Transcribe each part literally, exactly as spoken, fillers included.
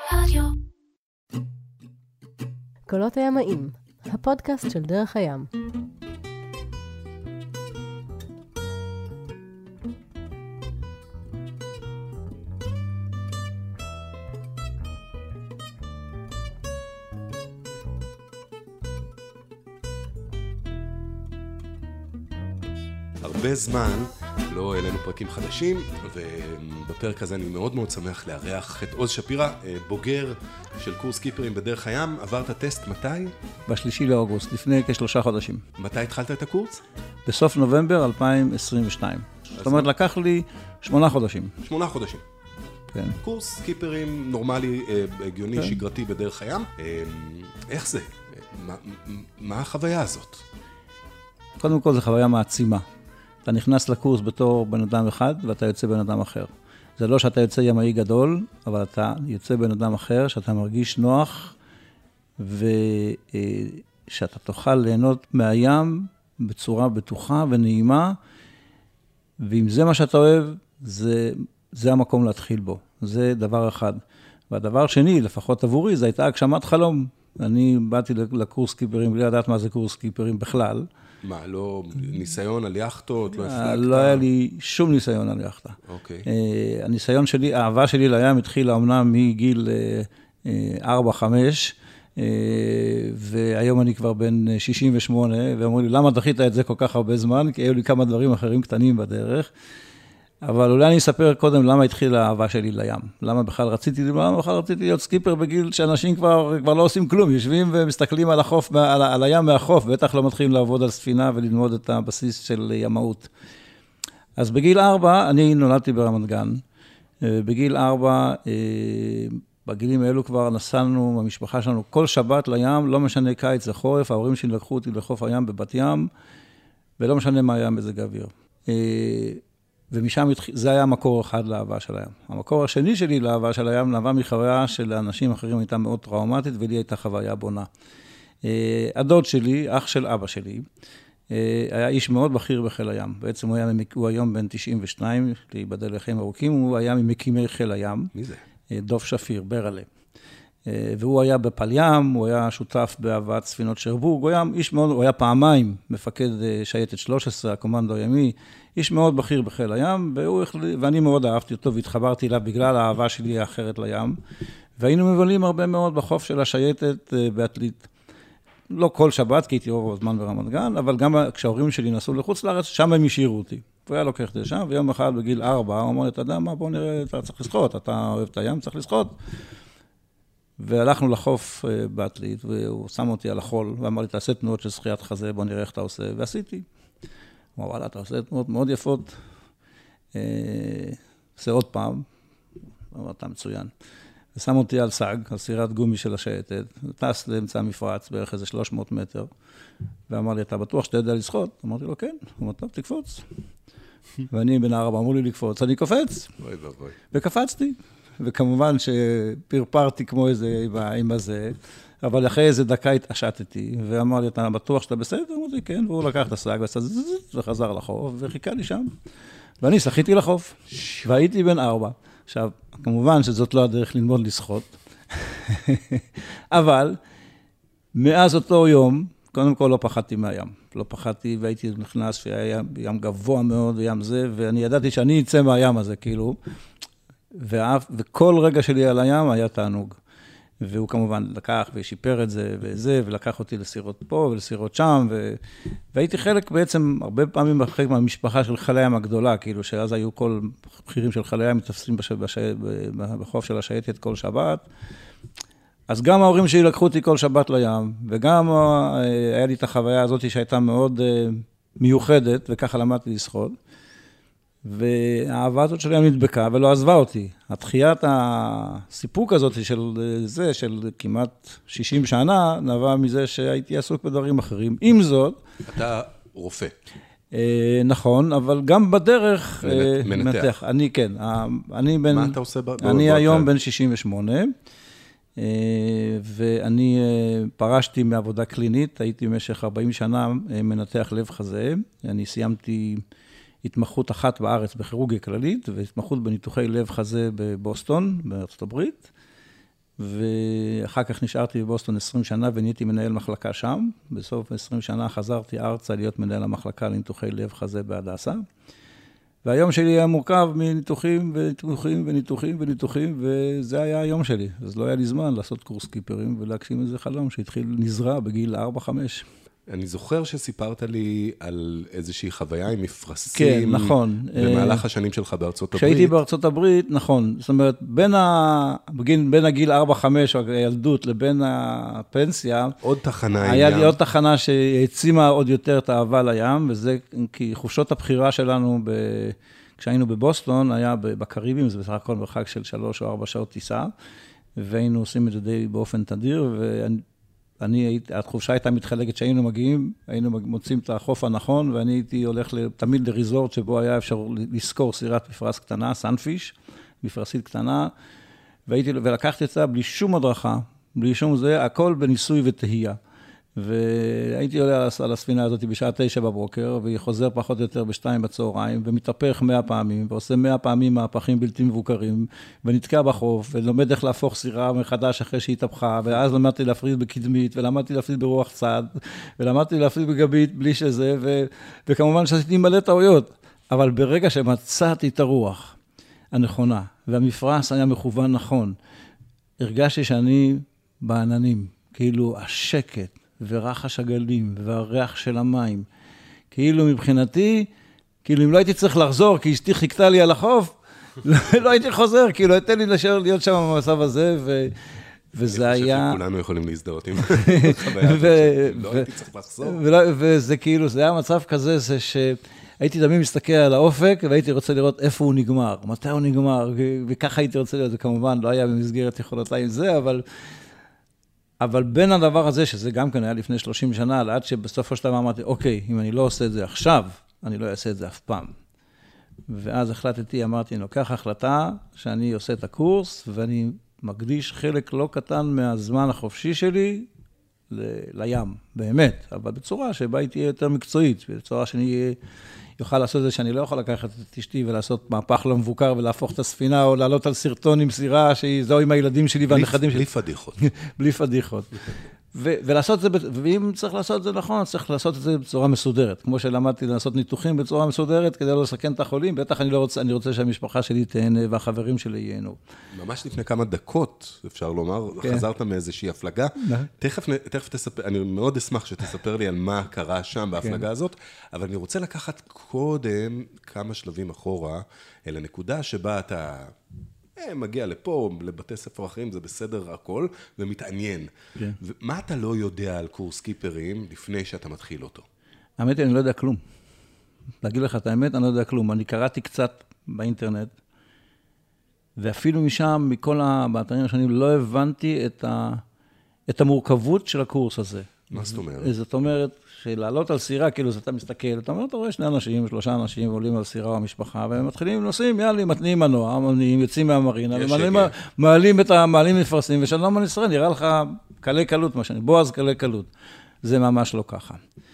רדיו. קולות הימאים, הפודקאסט של דרך הים. הרבה זמן לא העלינו פרקים חדשים, ובפרק הזה אני מאוד מאוד שמח לארח את עוז שפירא, בוגר של קורס קיפרים בדרך הים. עברת טסט מתי? בשלישי לאוגוסט, לפני כשלושה חודשים. מתי התחלת את הקורס? בסוף נובמבר אלפיים עשרים ושתיים. זאת אומרת, לקח לי שמונה חודשים. שמונה חודשים. כן. קורס קיפרים נורמלי, הגיוני, כן. שגרתי בדרך הים. איך זה? מה, מה החוויה הזאת? קודם כל, זו חוויה מעצימה. אתה נכנס לקורס בתור בן אדם אחד, ואתה יוצא בן אדם אחר. זה לא שאתה יוצא ימאי גדול, אבל אתה יוצא בן אדם אחר, שאתה מרגיש נוח, ושאתה תוכל ליהנות מהים בצורה בטוחה ונעימה, ואם זה מה שאתה אוהב, זה, זה המקום להתחיל בו. זה דבר אחד. והדבר שני, לפחות עבורי, זה הייתה הגשמת חלום. אני באתי לקורס קיפרים בלי לדעת מה זה קורס קיפרים בכלל. מה, לא ניסיון על יחטות? לא הפלגת? לא היה לי שום ניסיון על יחטה. אוקיי. הניסיון שלי, האהבה שלי לים התחילה אמנם מגיל ארבע חמש, והיום אני כבר בן שישים ושמונה, ואומרים לי, למה דחית את זה כל כך הרבה זמן? כי היו לי כמה דברים אחרים קטנים בדרך. אבל אולי אני אספר קודם למה התחילה האהבה שלי לים. למה בכלל רציתי, למה בכלל רציתי להיות סקיפר בגיל שאנשים כבר, כבר לא עושים כלום, יושבים ומסתכלים על החוף, על, על הים מהחוף, בטח לא מתחילים לעבוד על ספינה וללמוד את הבסיס של ימאות. אז בגיל ארבע, אני נולדתי ברמת גן. בגיל ארבע, בגילים האלו כבר נסענו במשפחה שלנו כל שבת לים, לא משנה קיץ או חורף, ההורים שלי לקחו אותי לחוף הים בבת ים, ולא משנה מה היה מזג האוויר. ומשם זה היה מקור אחד לאהבה של הים. המקור השני שלי לאהבה של הים נבע מחוויה של אנשים אחרים הייתה מאוד טראומטית, ולי הייתה חוויה בונה. הדוד שלי, אח של אבא שלי, היה איש מאוד בכיר בחיל הים. בעצם הוא, היה, הוא היום בן תשעים ושתיים, להיבדל לחיים ארוכים, הוא היה ממקימי חיל הים. מי זה? דוב שפיר, ברלה. והוא היה בפל ים, הוא היה שותף בהבאת ספינות שרבורג, הוא היה איש מאוד, הוא היה פעמיים מפקד שייטת שלוש עשרה, הקומנדו הימי, איש מאוד בכיר בחיל הים, והוא, ואני מאוד אהבתי אותו והתחברתי אליו בגלל האהבה שלי האחרת לים, והיינו מבלים הרבה מאוד בחוף של השייטת בעתלית. לא כל שבת, כי הייתי רוב הזמן ברמת גן, אבל גם כשההורים שלי נסעו לחוץ לארץ, שם הם השאירו אותי. הוא היה לוקח את זה שם, ויום אחד בגיל ארבע, הוא אמר לי, אתה יודע מה, בוא נראה, אתה צריך לשחות, אתה אוהב את הים, צריך לשחות. והלכנו לחוף בעתלית, והוא שם אותי על החול, ואמר לי, תעשה תנועות של שחיית חזה, בוא נראה איך אתה עושה, ועשיתי. הוא אמר, וואלה, אתה עושה תנועות מאוד יפות, עושה עוד פעם, הוא אמר, אתה מצוין. ושם אותי על סג, על סירת גומי של השייטת, טס לאמצע המפרץ, בערך איזה שלוש מאות מטר, ואמר לי, אתה בטוח שאתה יודע לשחות? אמרתי לו, כן. הוא אמר, טוב, תקפוץ. ואני בן ארבע, אמרו לי לקפוץ, אני קופץ. בואי ובואי. וקפצתי. וכמובן שפרפרתי כמו איזה עם הזה, אבל אחרי איזה דקה התעשתתי, ואמר לי, אתה בטוח שאתה בסדר? אמרתי, כן, והוא לקח את הסג, ועשה זזז, וחזר לחוף, וחיכה לי שם. ואני שחיתי לחוף, והייתי בן ארבע. עכשיו, כמובן שזאת לא הדרך ללמוד לשחות, אבל מאז אותו יום, קודם כל לא פחדתי מהים. לא פחדתי והייתי נכנס, והיה ים גבוה מאוד, וים זה, ואני ידעתי שאני אצא מהים הזה, כאילו, ואף, וכל רגע שלי על הים היה תענוג. והוא כמובן לקח ושיפר את זה וזה, ולקח אותי לסירות פה ולסירות שם, ו... והייתי חלק בעצם, הרבה פעמים חלק מהמשפחה של חיל הים הגדולה, כאילו שאז היו כל בחירים של חיל הים מתאפסים בש... בש... בחוף של השייטת כל שבת. אז גם ההורים שלי לקחו אותי כל שבת לים, וגם היה לי את החוויה הזאת שהייתה מאוד מיוחדת, וככה למדתי לשחות. והאהבה הזאת שלי נדבקה ולא עזבה אותי. התחיית הסיפוק הזאת של זה, של כמעט שישים שנה, נבע מזה שהייתי עסוק בדברים אחרים. עם זאת... אתה רופא. נכון, אבל גם בדרך... מנתח. אני כן. אני בן... מה אתה עושה? אני היום בן שישים ושמונה, ואני פרשתי מעבודה קלינית, הייתי במשך ארבעים שנה מנתח לב חזה. אני סיימתי... התמחות אחת בארץ בכירורגיה כללית, והתמחות בניתוחי לב חזה בבוסטון, בארצות הברית, ואחר כך נשארתי בבוסטון עשרים שנה ונהייתי מנהל מחלקה שם. בסוף עשרים שנה חזרתי ארצה להיות מנהל המחלקה לניתוחי לב חזה בהדסה. והיום שלי היה מורכב מניתוחים וניתוחים וניתוחים וניתוחים, וזה היה היום שלי. אז לא היה לי זמן לעשות קורס קיפרים ולהגשים איזה חלום שהתחיל נזרע בגיל ארבע חמש. אני זוכר שסיפרת לי על איזושהי חוויה עם מפרסים. כן, נכון. במהלך השנים שלך בארצות הברית. כשהייתי בארצות הברית, נכון. זאת אומרת, בין, ה... בין הגיל ארבע חמש, או הילדות, לבין הפנסיה, עוד תחנה עם היה ים. לי עוד תחנה שהעצימה עוד יותר את האהבה לים, וזה כי חופשות הבחירה שלנו, ב... כשהיינו בבוסטון, היה בקריבים, זה בסך הכל מרחק של שלוש או ארבע שעות טיסה, והיינו עושים את זה די באופן תדיר, ואני... אני, התחופשה הייתה מתחלקת שהיינו מגיעים, היינו מוצאים את החוף הנכון, ואני הייתי הולך תמיד לריזורט שבו היה אפשר לזכור סירת מפרס קטנה, סנפיש, מפרסית קטנה, והייתי, ולקחתי את זה בלי שום הדרכה, בלי שום זה, הכל בניסוי ותהייה. והייתי עולה על הספינה הזאת בשעה תשע בבוקר, והיא חוזר פחות או יותר בשתיים בצהריים, ומתהפך מאה פעמים, ועושה מאה פעמים מהפכים בלתי מבוקרים, ונתקע בחוף, ולומד איך להפוך סירה מחדש אחרי שהיא התהפכה, ואז למדתי להפריד בקדמית, ולמדתי להפריד ברוח צד, ולמדתי להפריד בגבית בלי שזה, ו... וכמובן שעשיתי מלא טעויות, אבל ברגע שמצאתי את הרוח הנכונה, והמפרס היה מכוון נכון, הרגשתי שאני בעננים, כאילו השקט, ורחש הגלים, והריח של המים. כאילו מבחינתי, כאילו אם לא הייתי צריך לחזור, כי אשתי חיכתה לי על החוף, לא הייתי חוזר, כאילו הייתה לי לשאר להיות שם במצב הזה, ו... וזה היה... אני חושב שכולנו יכולים להזדהות עם החוויה הזאת, לא הייתי צריך לחזור. וזה כאילו, זה היה מצב כזה, זה שהייתי תמיד מסתכל על האופק, והייתי רוצה לראות איפה הוא נגמר, מתי הוא נגמר, וככה הייתי רוצה לראות, זה כמובן לא היה במסגרת יכולותיי עם זה, אבל... אבל בין הדבר הזה, שזה גם כן היה לפני שלושים שנה, עד שבסופו של דבר אמרתי, אוקיי, אם אני לא עושה את זה עכשיו, אני לא אעשה את זה אף פעם. ואז החלטתי, אמרתי, אני לוקח החלטה שאני עושה את הקורס, ואני מקדיש חלק לא קטן מהזמן החופשי שלי ל- לים, באמת, אבל בצורה שבה היא תהיה יותר מקצועית, בצורה שאני יוכל לעשות את זה, שאני לא יכול לקחת את אשתי ולעשות מהפך לא מבוקר ולהפוך את הספינה, או לעלות על סרטון עם סירה שזו עם הילדים שלי והנכדים שלי. בלי פדיחות. בלי פדיחות. ו- ולעשות את זה, ואם צריך לעשות את זה נכון, צריך לעשות את זה בצורה מסודרת. כמו שלמדתי לעשות ניתוחים בצורה מסודרת, כדי לא לסכן את החולים, בטח אני לא רוצה, אני רוצה שהמשפחה שלי תהנה והחברים שלי ייהנו. ממש לפני כמה דקות, אפשר לומר, כן. חזרת מאיזושהי הפלגה. תכף, תכף תספר, אני מאוד אשמח שתספר לי על מה קרה שם בהפלגה כן. הזאת, אבל אני רוצה לקחת קודם כמה שלבים אחורה, אל הנקודה שבה אתה... מגיע לפה, לבתי ספר אחרים, זה בסדר הכל, ומתעניין. כן. ומה אתה לא יודע על קורס קיפרים לפני שאתה מתחיל אותו? האמת היא, אני לא יודע כלום. להגיד לך את האמת, אני לא יודע כלום. אני קראתי קצת באינטרנט, ואפילו משם, מכל באתרים השונים, לא הבנתי את, ה, את המורכבות של הקורס הזה. מה זאת אומרת? זאת אומרת, שלעלות על סירה, כאילו, אתה מסתכל, אתה אומר, אתה רואה שני אנשים, שלושה אנשים עולים על סירה או המשפחה, והם מתחילים נוסעים, יאללה, מתניעים מנוע, יוצאים מהמרינה, ומעלים את המעלים מפרסים, ושלום על ישראל, נראה לך קלי קלות, מה שאני, בועז קלי קלות. זה ממש לא ככה.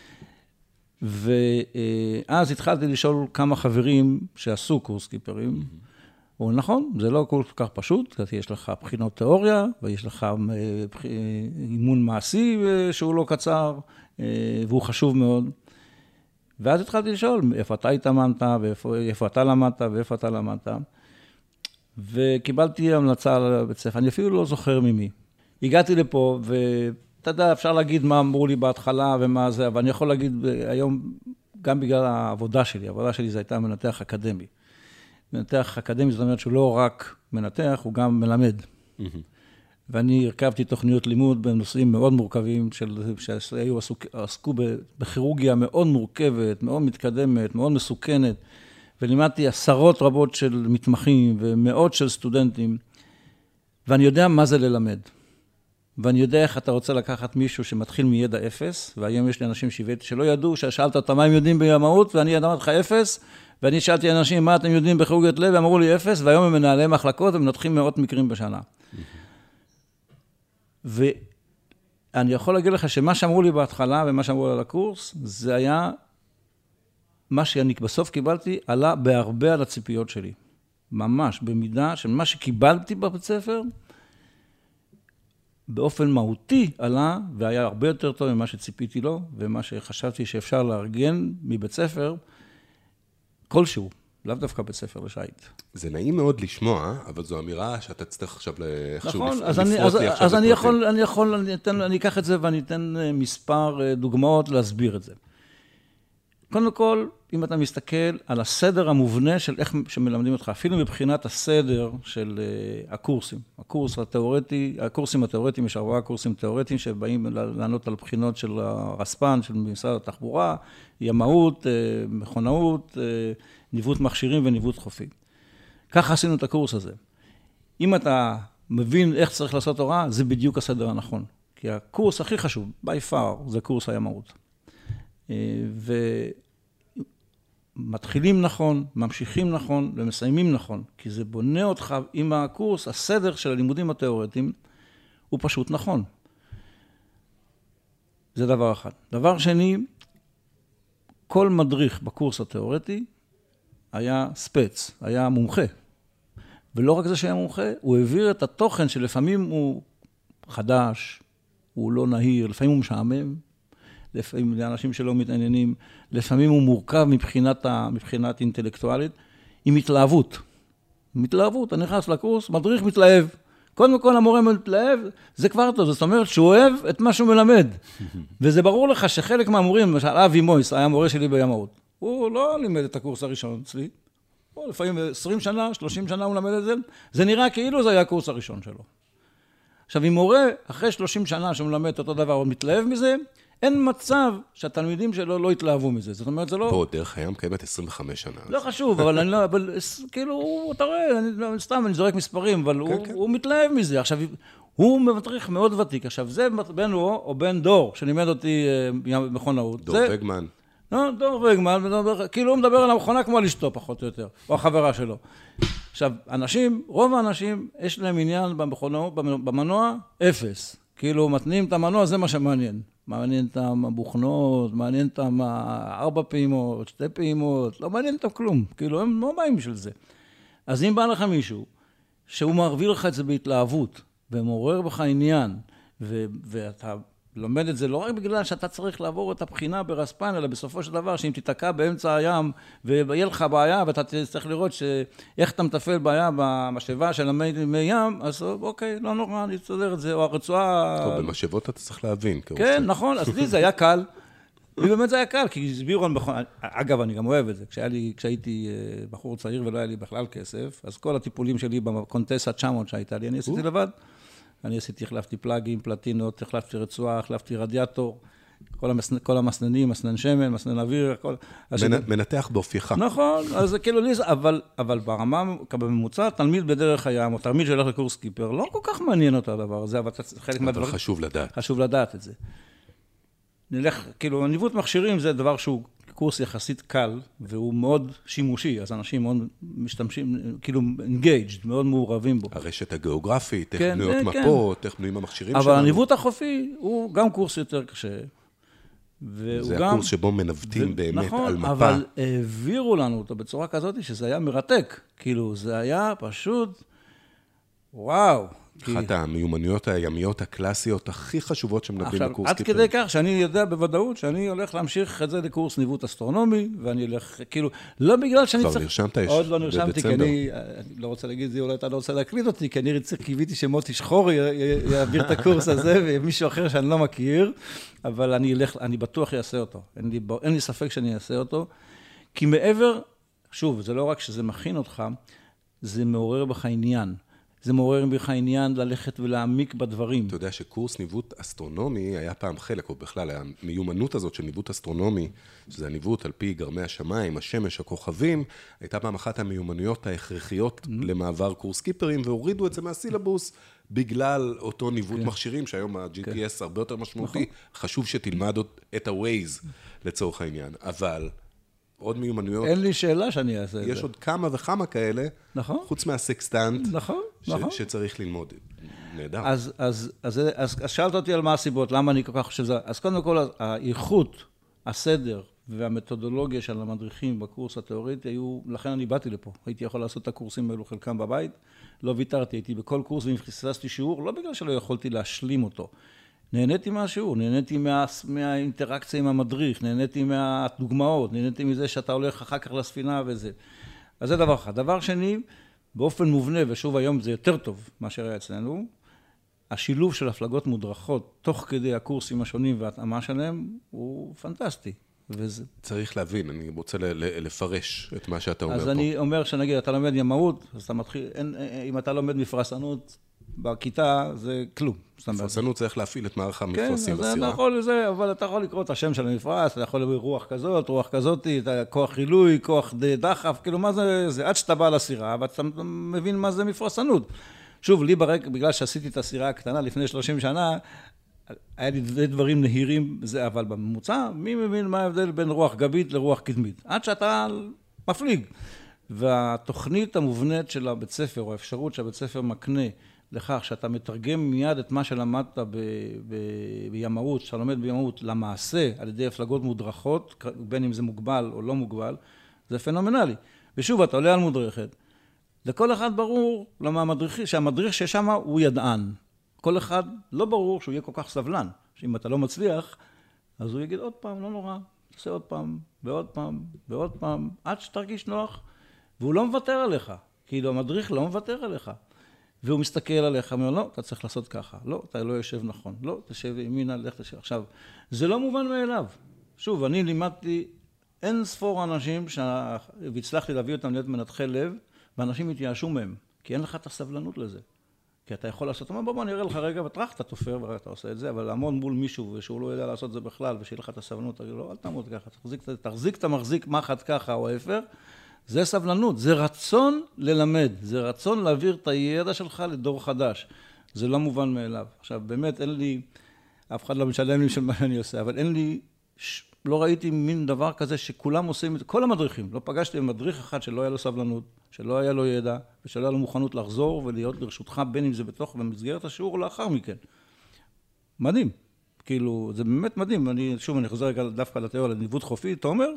ואז התחלתי לשאול כמה חברים שעשו קורס קיפרים, הוא נכון, זה לא כל כך פשוט, כי יש לך בחינות תיאוריה, ויש לך אימון מעשי שהוא לא קצר, והוא חשוב מאוד. ואז התחלתי לשאול, איפה אתה התאמנת, ואיפה אתה למדת, ואיפה אתה למדת. וקיבלתי המלצה לבית ספר, אני אפילו לא זוכר ממי. הגעתי לפה, ואתה יודע, אפשר להגיד מה אמרו לי בהתחלה ומה זה, אבל אני יכול להגיד היום, גם בגלל העבודה שלי, העבודה שלי זה הייתה מנתח אקדמי. מנתח אקדמי, זאת אומרת שהוא לא רק מנתח, הוא גם מלמד. Mm-hmm. ואני הרכבתי תוכניות לימוד בנושאים מאוד מורכבים, של, שהיו עסוק, עסקו בכירורגיה מאוד מורכבת, מאוד מתקדמת, מאוד מסוכנת, ולימדתי עשרות רבות של מתמחים ומאות של סטודנטים, ואני יודע מה זה ללמד. ואני יודע איך אתה רוצה לקחת מישהו שמתחיל מידע אפס, והיום יש לי אנשים שהבאתי שלא ידעו, ששאלת אותם מה הם יודעים בימאות, ואני אמרתי לך אפס, ואני שאלתי אנשים מה אתם יודעים בכירורגיות לב, ואמרו לי אפס, והיום הם מנהלי מחלקות, ומנתחים מאות מקרים בשנה. ואני יכול להגיד לך שמה שאמרו לי בהתחלה, ומה שאמרו לי על הקורס, זה היה, מה שאני בסוף קיבלתי, עלה בהרבה על הציפיות שלי. ממש, במידה של מה שקיבלתי בבית ספר, באופן מהותי עלה, והיה הרבה יותר טוב ממה שציפיתי לו, ומה שחשבתי שאפשר לארגן מבית ספר, כלשהו, לאו דווקא בית ספר לשייט. זה נעים מאוד לשמוע, אבל זו אמירה שאתה צריך עכשיו איכשהו נכון, לפרוט אז אני, לי אז, עכשיו. אז אני יכול, אני יכול, אני אתן, אני אקח את זה ואני אתן מספר דוגמאות להסביר את זה. קודם כל, אם אתה מסתכל על הסדר המובנה של איך שמלמדים אותך, אפילו מבחינת הסדר של uh, הקורסים. הקורס התיאורטי, הקורסים התיאורטיים, יש ארבעה קורסים תיאורטיים שבאים לענות על בחינות של הרספ"ן, של משרד התחבורה, ימאות, uh, מכונאות, uh, ניווט מכשירים וניווט חופי. ככה עשינו את הקורס הזה. אם אתה מבין איך צריך לעשות הוראה, זה בדיוק הסדר הנכון. כי הקורס הכי חשוב, by far, זה קורס הימאות. ומתחילים נכון, ממשיכים נכון ומסיימים נכון, כי זה בונה אותך עם הקורס, הסדר של הלימודים התיאורטיים הוא פשוט נכון. זה דבר אחד. דבר שני, כל מדריך בקורס התיאורטי היה ספץ, היה מומחה. ולא רק זה שהיה מומחה, הוא העביר את התוכן שלפעמים הוא חדש, הוא לא נהיר, לפעמים הוא משעמם, לפעמים לאנשים שלא מתעניינים, לפעמים הוא מורכב מבחינת, מבחינת אינטלקטואלית, עם התלהבות. עם התלהבות, אני נכנס לקורס, מדריך מתלהב. קודם כל המורה מתלהב, זה כבר טוב, זאת אומרת שהוא אוהב את מה שהוא מלמד. וזה ברור לך שחלק מהמורים, למשל אבי מויס, היה מורה שלי בימאות, הוא לא לימד את הקורס הראשון אצלי, הוא לפעמים עשרים שנה, שלושים שנה הוא למד את זה, זה נראה כאילו זה היה הקורס הראשון שלו. עכשיו, אם מורה, אחרי שלושים שנה שהוא מלמד את אותו דבר, הוא מתלהב מזה, אין מצב שהתלמידים שלו לא יתלהבו מזה. זאת אומרת, זה לא... פה, דרך הים קיימת עשרים וחמש שנה. לא חשוב, אבל אני לא... אבל כאילו, אתה רואה, אני, סתם, אני זורק מספרים, אבל כן, הוא, כן. הוא מתלהב מזה. עכשיו, הוא מדריך מאוד ותיק. עכשיו, זה בן הוא, או בן דור, שלימד אותי מכונאות. דור זה... וגמן. לא, דור וגמן, כאילו הוא מדבר על המכונה כמו על אשתו, פחות או יותר, או החברה שלו. עכשיו, אנשים, רוב האנשים, יש להם עניין במכונאות, במנוע, אפס. כאילו, מתניעים את המנוע, זה מה שמעניין. מעניין את הבוכנות, מעניין את ארבע פעימות, שתי פעימות, לא מעניין אותם כלום. כאילו, הם לא באים של זה. אז אם בא לך מישהו, שהוא מערבי לך את זה בהתלהבות, ומעורר בך עניין, ו- ואתה לומד את זה לא רק בגלל שאתה צריך לעבור את הבחינה ברספ"ן, אלא בסופו של דבר, שאם תתקע באמצע הים, ויהיה לך בעיה, ואתה צריך לראות שאיך אתה מטפל בעיה במשאבה של מי ים, אז אוקיי, לא נורא, אני אסתדר את זה, או הרצועה... טוב, במשאבות אתה צריך להבין. כן, נכון, אז לי זה היה קל. ובאמת זה היה קל, כי הסבירו... אגב, אני גם אוהב את זה. כשהייתי בחור צעיר ולא היה לי בכלל כסף, אז כל הטיפולים שלי בקונטסה תשע מאות שהייתה לי, אני עשיתי לבד. אני עשיתי, החלפתי פלאגים, פלטינות, החלפתי רצועה, החלפתי רדיאטור, כל, המסנ... כל המסננים, מסנן שמן, מסנן אוויר, הכל. מנ... מנתח באופייך. נכון, אז זה כאילו לי, אבל, אבל ברמה, בממוצע, תלמיד בדרך הים, או תלמיד שהולך לקורס קיפר, לא כל כך מעניין אותו הדבר הזה, אבל חלק מהדברים... חשוב לדעת. חשוב לדעת את זה. נלך, כאילו, ניווט מכשירים זה דבר שהוא קורס יחסית קל, והוא מאוד שימושי, אז אנשים מאוד משתמשים, כאילו, engaged, מאוד מעורבים בו. הרשת הגיאוגרפית, איך כן, בנויות כן. מפות, איך בנויים המכשירים אבל שלנו. אבל הניווט החופי הוא גם קורס יותר קשה. זה גם, הקורס שבו מנווטים ו... באמת נכון, על מפה. אבל העבירו לנו אותו בצורה כזאת, שזה היה מרתק. כאילו, זה היה פשוט, וואו. אחת המיומנויות הימיות הקלאסיות הכי חשובות שמלמדים בקורס קיפר. עד כדי כך שאני יודע בוודאות שאני הולך להמשיך את זה לקורס ניווט אסטרונומי, ואני הולך, כאילו, לא בגלל שאני צריך... כבר נרשמת יש עוד לא נרשמתי, כי אני לא רוצה להגיד זה, אולי אתה לא רוצה להקליט אותי, כי אני קיוויתי שמוטי שחור יעביר את הקורס הזה, ומישהו אחר שאני לא מכיר, אבל אני אלך, אני בטוח יעשה אותו. אין לי, אין לי ספק שאני אעשה אותו, כי מעבר, שוב, זה לא רק שזה מכין אותך, זה מעורר בך עניין. זה מעורר בך עניין ללכת ולהעמיק בדברים. אתה יודע שקורס ניווט אסטרונומי היה פעם חלק, או בכלל, המיומנות הזאת של ניווט אסטרונומי, שזה הניווט על פי גרמי השמיים, השמש, הכוכבים, הייתה פעם אחת המיומנויות ההכרחיות למעבר קורס קיפרים, והורידו את זה מהסילבוס, בגלל אותו ניווט מכשירים, שהיום ה-ג'י פי אס הרבה יותר משמעותי, חשוב שתלמד את ה-Waze לצורך העניין, אבל... עוד מיומנויות. אין לי שאלה שאני אעשה את זה. יש עוד כמה וכמה כאלה, נכון. חוץ מהסקסטנט, נכון, ש- נכון. שצריך ללמוד. נהדר. אז, אז, אז, אז, אז שאלת אותי על מה הסיבות, למה אני כל כך חושב שזה. אז קודם כל, האיכות, הסדר והמתודולוגיה של המדריכים בקורס התיאורטי היו, לכן אני באתי לפה. הייתי יכול לעשות את הקורסים האלו חלקם בבית, לא ויתרתי, הייתי בכל קורס ואם חיססתי שיעור, לא בגלל שלא יכולתי להשלים אותו. נהניתי מהשיעור, נהניתי מה, מהאינטראקציה עם המדריך, נהניתי מהדוגמאות, נהניתי מזה שאתה הולך אחר כך לספינה וזה. אז זה דבר אחד. דבר שני, באופן מובנה, ושוב היום זה יותר טוב מאשר היה אצלנו, השילוב של הפלגות מודרכות תוך כדי הקורסים השונים וההתאמה שלהם הוא פנטסטי. וזה... צריך להבין, אני רוצה לפרש את מה שאתה אומר פה. אז אני אומר שנגיד, אתה לומד ימאות, אז אתה מתחיל, אין, אם אתה לומד מפרסנות בכיתה, זה כלום. מפרסנות צריך להפעיל את מערך המפרסים בסירה. כן, אתה יכול לזה, אבל אתה יכול לקרוא את השם של המפרס, אתה יכול להביא רוח כזאת, רוח כזאת, כוח חילוי, כוח דחף, כאילו מה זה, זה עד שאתה בא לסירה, ואתה מבין מה זה מפרסנות. שוב, לי ברק, בגלל שעשיתי את הסירה הקטנה לפני שלושים שנה, היה לי דברים נהירים, זה, אבל בממוצע, מי מבין מה ההבדל בין רוח גבית לרוח קדמית? עד שאתה מפליג. והתוכנית המובנית של הבית ספר, או האפשרות שהבית ספר מקנה לכך שאתה מתרגם מיד את מה שלמדת ב- ב- בימאות, שאתה לומד בימאות למעשה על ידי הפלגות מודרכות, בין אם זה מוגבל או לא מוגבל, זה פנומנלי. ושוב, אתה עולה על מודרכת. לכל אחד ברור למה המדריך, שהמדריך ששם הוא ידען. כל אחד לא ברור שהוא יהיה כל כך סבלן, שאם אתה לא מצליח, אז הוא יגיד עוד פעם, לא נורא, תעשה עוד פעם, ועוד פעם, ועוד פעם, עד שתרגיש נוח, והוא לא מוותר עליך, כאילו המדריך לא מוותר עליך, והוא מסתכל עליך, אומר, לא, אתה צריך לעשות ככה, לא, אתה לא יושב נכון, לא, תשב ימינה, לך תשב. עכשיו, זה לא מובן מאליו. שוב, אני לימדתי אין ספור אנשים שהצלחתי להביא אותם להיות מנתחי לב, ואנשים התייאשו מהם, כי אין לך את הסבלנות לזה. כי אתה יכול לעשות, בוא, בוא, אני אראה לך רגע, וטרח, אתה תופר, ואתה עושה את זה, אבל לעמוד מול מישהו, שהוא לא יודע לעשות את זה בכלל, ושיהיה לך את הסבלנות, תגיד לו, אל תעמוד ככה, תחזיק, תחזיק את המחזיק מחט ככה, או ההפך, זה סבלנות, זה רצון ללמד, זה רצון להעביר את הידע שלך לדור חדש. זה לא מובן מאליו. עכשיו, באמת, אין לי, אף אחד לא משלם לי של מה שאני עושה, אבל אין לי, לא ראיתי מין דבר כזה שכולם עושים את כל המדריכים. לא פגשתי במדריך אחד שלא היה לו סבלנות, שלא היה לו ידע, ושלא היה לו מוכנות לחזור ולהיות לרשותך, בין אם זה בתוך, במסגרת השיעור או לאחר מכן. מדהים. כאילו, זה באמת מדהים. אני, שוב, אני חוזר דווקא לתיאוריה, לניווט חופי, תומר,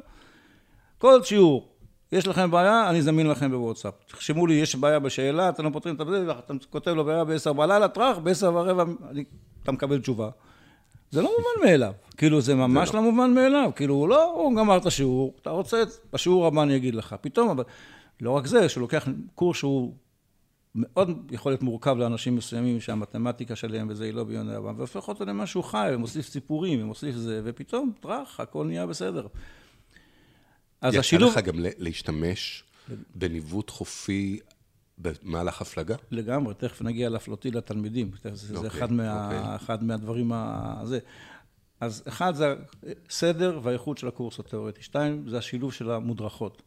כל שיעור, יש לכם בעיה, אני זמין לכם בוואטסאפ. תחשמו לי, יש בעיה בשאלה, אתם לא פותרים את זה, אתה כותב לו בעיה בעשר בלילה, טרח, בעשר ורבע, אתה מקבל תשובה. זה לא מובן מאליו. כאילו, זה ממש לא מובן מאליו. כאילו, לא, הוא גמר את השיעור, אתה רוצה, בשיעור הבא אני אגיד לך. פתאום, אבל לא רק זה, שהוא לוקח קורס שהוא מאוד יכול להיות מורכב לאנשים מסוימים, שהמתמטיקה שלהם וזה היא לא ביוני הבא, והופך אותו למשהו חי, ומוסיף סיפורים, ומוסיף זה, ופתאום, טרח, הכל נהיה בסדר. אז השילוב... יצא לך גם להשתמש בניווט חופי במהלך הפלגה? לגמרי, תכף נגיע לפלוטי לתלמידים. זה אחד מה, אחד מהדברים הזה. אז אחד זה הסדר והאיכות של הקורס התיאורטי. שתיים, זה השילוב של המודרכות.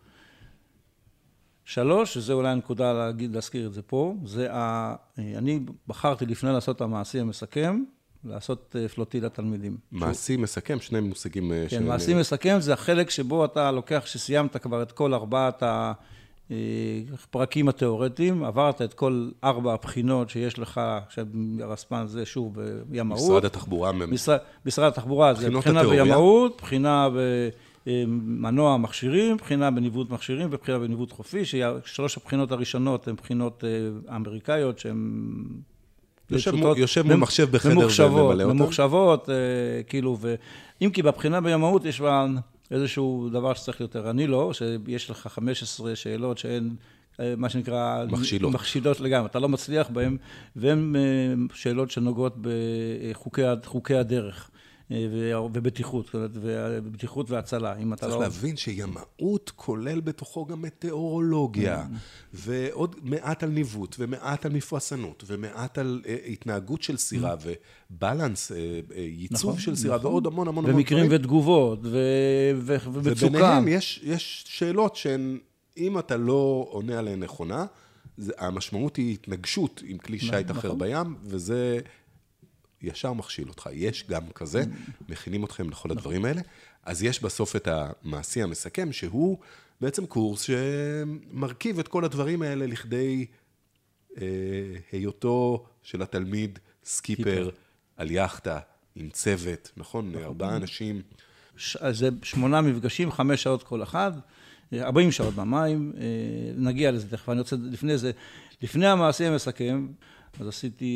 שלוש, שזה אולי הנקודה להגיד, להזכיר את זה פה, זה ה... אני בחרתי לפני לעשות את המעשי המסכם, לעשות פלוטי לתלמידים. מעשי מסכם, שני מושגים... כן, מעשי מסכם זה החלק שבו אתה לוקח, שסיימת כבר את כל ארבעת הפרקים התיאורטיים, עברת את כל ארבע הבחינות שיש לך, שהרספן זה שוב בימאות. משרד התחבורה. משרד, משרד התחבורה זה בחינה בימאות, בחינה במנוע מכשירים, בחינה בניווט מכשירים ובחינה בניווט חופי, ששלוש הבחינות הראשונות הן בחינות אמריקאיות שהן... יושב, יושב מול מחשב בחדר וממלא אותם. ממוחשבות, כאילו, ואם כי בבחינה בימאות יש איזשהו דבר שצריך יותר, אני לא, שיש לך חמש עשרה שאלות שהן, מה שנקרא, מכשילות. מכשילות לגמרי, אתה לא מצליח בהן, והן שאלות שנוגעות בחוקי הדרך. ובטיחות, ובטיחות והצלה. צריך להבין שימאות כולל בתוכו גם מטאורולוגיה, ועוד מעט על ניווט, ומעט על מפרסנות, ומעט על התנהגות של סירה, ובלנס, ייצוב של סירה, ועוד המון המון המון. ומקרים ותגובות, ומצוקה. וביניהם יש שאלות שהן, אם אתה לא עונה עליהן נכונה, המשמעות היא התנגשות עם כלי שייט אחר בים, וזה... ישר מכשיל אותך. יש גם כזה, מכינים אתכם לכל הדברים האלה. אז יש בסוף את המעשי המסכם, שהוא בעצם קורס שמרכיב את כל הדברים האלה לכדי אה, היותו של התלמיד סקיפר על יחטה עם צוות, נכון? ארבעה אנשים זה שמונה מפגשים, חמש שעות כל אחד, ארבעים שעות במים, נגיע לזה תכף. אני רוצה, לפני זה, לפני המעשי המסכם, אז עשיתי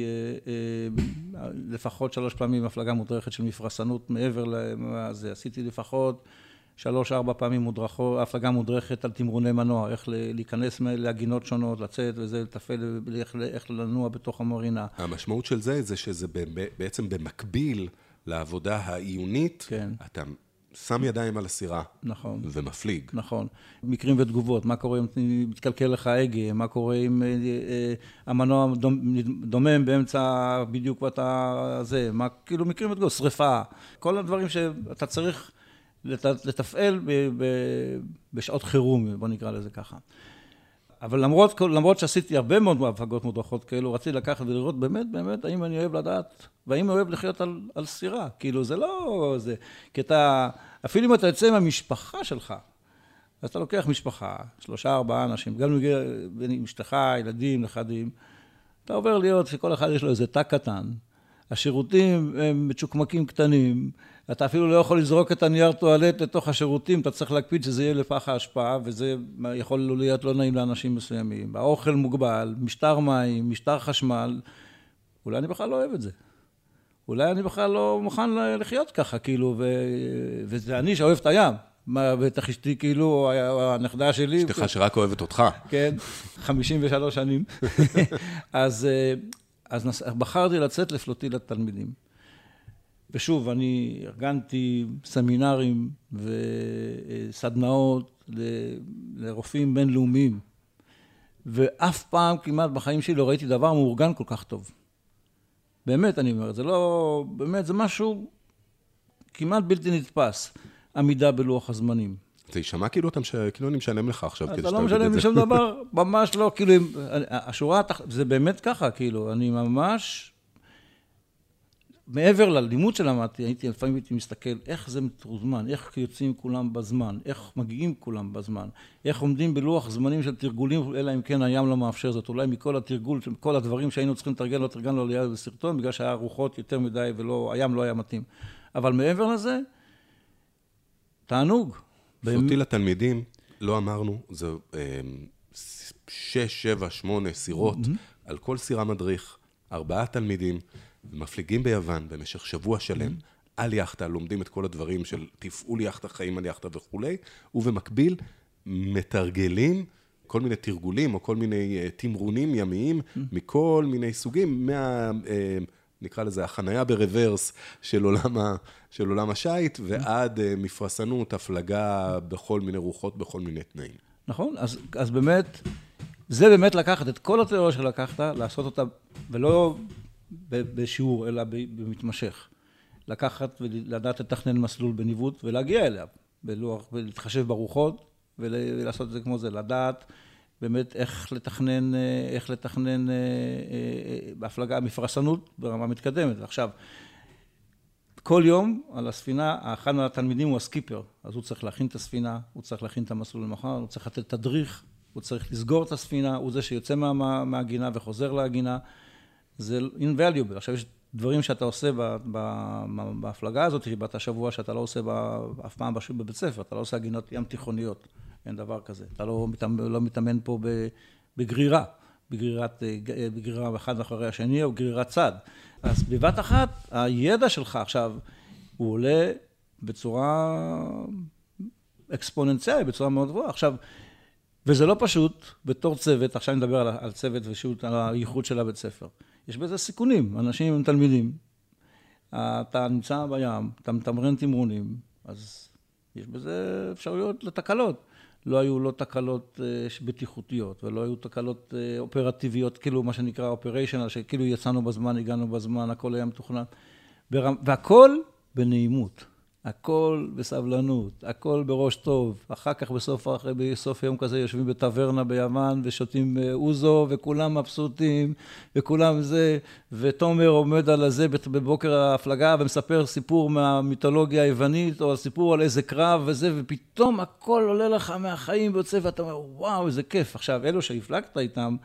לפחות שלוש פעמים הפלגה מודרכת של מפרסנות מעבר לזה, עשיתי לפחות שלוש, ארבע פעמים מודרכות, הפלגה מודרכת על תמרוני מנוע, איך להיכנס להגינות שונות, לצאת וזה, לטפל, איך לנוע בתוך המרינה. המשמעות של זה, זה שזה בעצם במקביל לעבודה העיונית, כן. אתה שם ידיים על הסירה. נכון. ומפליג. נכון. מקרים ותגובות, מה קורה אם מתקלקל לך ההגה, מה קורה אם המנוע דומם באמצע בדיוק ואתה זה, מה, כאילו מקרים ותגובות, שריפה, כל הדברים שאתה צריך לתפעל בשעות חירום, בוא נקרא לזה ככה. אבל למרות, למרות שעשיתי הרבה מאוד הפלגות מודרכות כאלו, רציתי לקחת ולראות באמת, באמת, האם אני אוהב לדעת, והאם אני אוהב לחיות על, על סירה. כאילו, זה לא זה. כי אתה, אפילו אם אתה יוצא עם המשפחה שלך, אז אתה לוקח משפחה, שלושה, ארבעה אנשים, גם עם אשתך, ילדים, נכדים, אתה עובר להיות שכל אחד יש לו איזה תא קטן, השירותים הם מצ'וקמקים קטנים, אתה אפילו לא יכול לזרוק את הנייר טואלט לתוך השירותים, אתה צריך להקפיד שזה יהיה לפח ההשפעה, וזה יכול להיות לא נעים לאנשים מסוימים. האוכל מוגבל, משטר מים, משטר חשמל, אולי אני בכלל לא אוהב את זה. אולי אני בכלל לא מוכן לחיות ככה, כאילו, ו... וזה אני שאוהב את הים. בטח אשתי, כאילו, הנכדה שלי... אשתך שרק אוהבת אותך. כן, חמישים ושלוש שנים. אז, אז בחרתי לצאת לפלוטילת תלמידים. ושוב, אני ארגנתי סמינרים וסדנאות לרופאים בינלאומיים, ואף פעם כמעט בחיים שלי לא ראיתי דבר מאורגן כל כך טוב. באמת, אני אומר, זה לא, באמת, זה משהו כמעט בלתי נתפס, עמידה בלוח הזמנים. זה יישמע כאילו, כאילו אני משלם לך עכשיו, אתה לא משלם לי שום דבר, ממש לא, כאילו, השורה, זה באמת ככה, כאילו, אני ממש... מעבר ללימוד שלמדתי, הייתי, לפעמים הייתי מסתכל איך זה מתוזמן, איך יוצאים כולם בזמן, איך מגיעים כולם בזמן, איך עומדים בלוח זמנים של תרגולים, אלא אם כן הים לא מאפשר זאת, אולי מכל התרגול, כל הדברים שהיינו צריכים לתרגל, לא תרגלנו על יד בסרטון, בגלל שהיה רוחות יותר מדי והים לא היה מתאים. אבל מעבר לזה, תענוג. פלוטיל לתלמידים, לא אמרנו, זה שש, שבע, שמונה סירות, על כל סירה מדריך, ארבעה תלמידים, מפליגים ביוון במשך שבוע שלם, על יחטה, לומדים את כל הדברים של תפעול יחטה, חיים על יחטה וכולי, ובמקביל מתרגלים כל מיני תרגולים או כל מיני תמרונים ימיים מכל מיני סוגים, מה, נקרא לזה, החנייה ברוורס של עולם, של עולם השייט, ועד מפרסנות, הפלגה בכל מיני רוחות, בכל מיני תנאים. נכון, אז, אז באמת, זה באמת לקחת את כל התיאוריה שלקחת, לעשות אותה, ולא... בשיעור, אלא במתמשך. לקחת ולדעת לתכנן מסלול בניווט ולהגיע אליו, בלוח, ולהתחשב ברוחות ולעשות את זה כמו זה, לדעת באמת איך לתכנן, איך לתכנן בהפלגה, מפרסנות ברמה מתקדמת. עכשיו, כל יום על הספינה, אחד מהתלמידים הוא הסקיפר, אז הוא צריך להכין את הספינה, הוא צריך להכין את המסלול למחר, הוא צריך לתת תדריך, הוא צריך לסגור את הספינה, הוא זה שיוצא מה, מהגינה וחוזר להגינה, זה invaluable. עכשיו יש דברים שאתה עושה בהפלגה הזאת, בת השבוע שאתה לא עושה אף פעם בבית ספר, אתה לא עושה הגינות ים תיכוניות, אין דבר כזה. אתה לא מתאמן, לא מתאמן פה בגרירה, בגרירת, בגרירה אחד אחרי השני או גרירת צד. אז בבת אחת, הידע שלך עכשיו, הוא עולה בצורה אקספוננציאלית, בצורה מאוד גבוהה. עכשיו, וזה לא פשוט, בתור צוות, עכשיו נדבר על, על צוות ושירות, על הייחוד של הבית ספר. יש בזה סיכונים, אנשים הם תלמידים, אתה נמצא בים, אתה מתמרן תמרונים, אז יש בזה אפשרויות לתקלות. לא היו לא תקלות בטיחותיות, ולא היו תקלות אופרטיביות, כאילו מה שנקרא אופריישנל, שכאילו יצאנו בזמן, הגענו בזמן, הכל היה מתוכנן. והכל בנעימות. הכל בסבלנות, הכל בראש טוב. אחר כך בסוף, בסוף יום כזה יושבים בטברנה ביוון ושותים אוזו וכולם מבסוטים וכולם זה, ותומר עומד על הזה בבוקר ההפלגה ומספר סיפור מהמיתולוגיה היוונית או סיפור על איזה קרב וזה, ופתאום הכל עולה לך מהחיים ויוצא ואתה אומר וואו איזה כיף. עכשיו אלו שהפלגת איתם,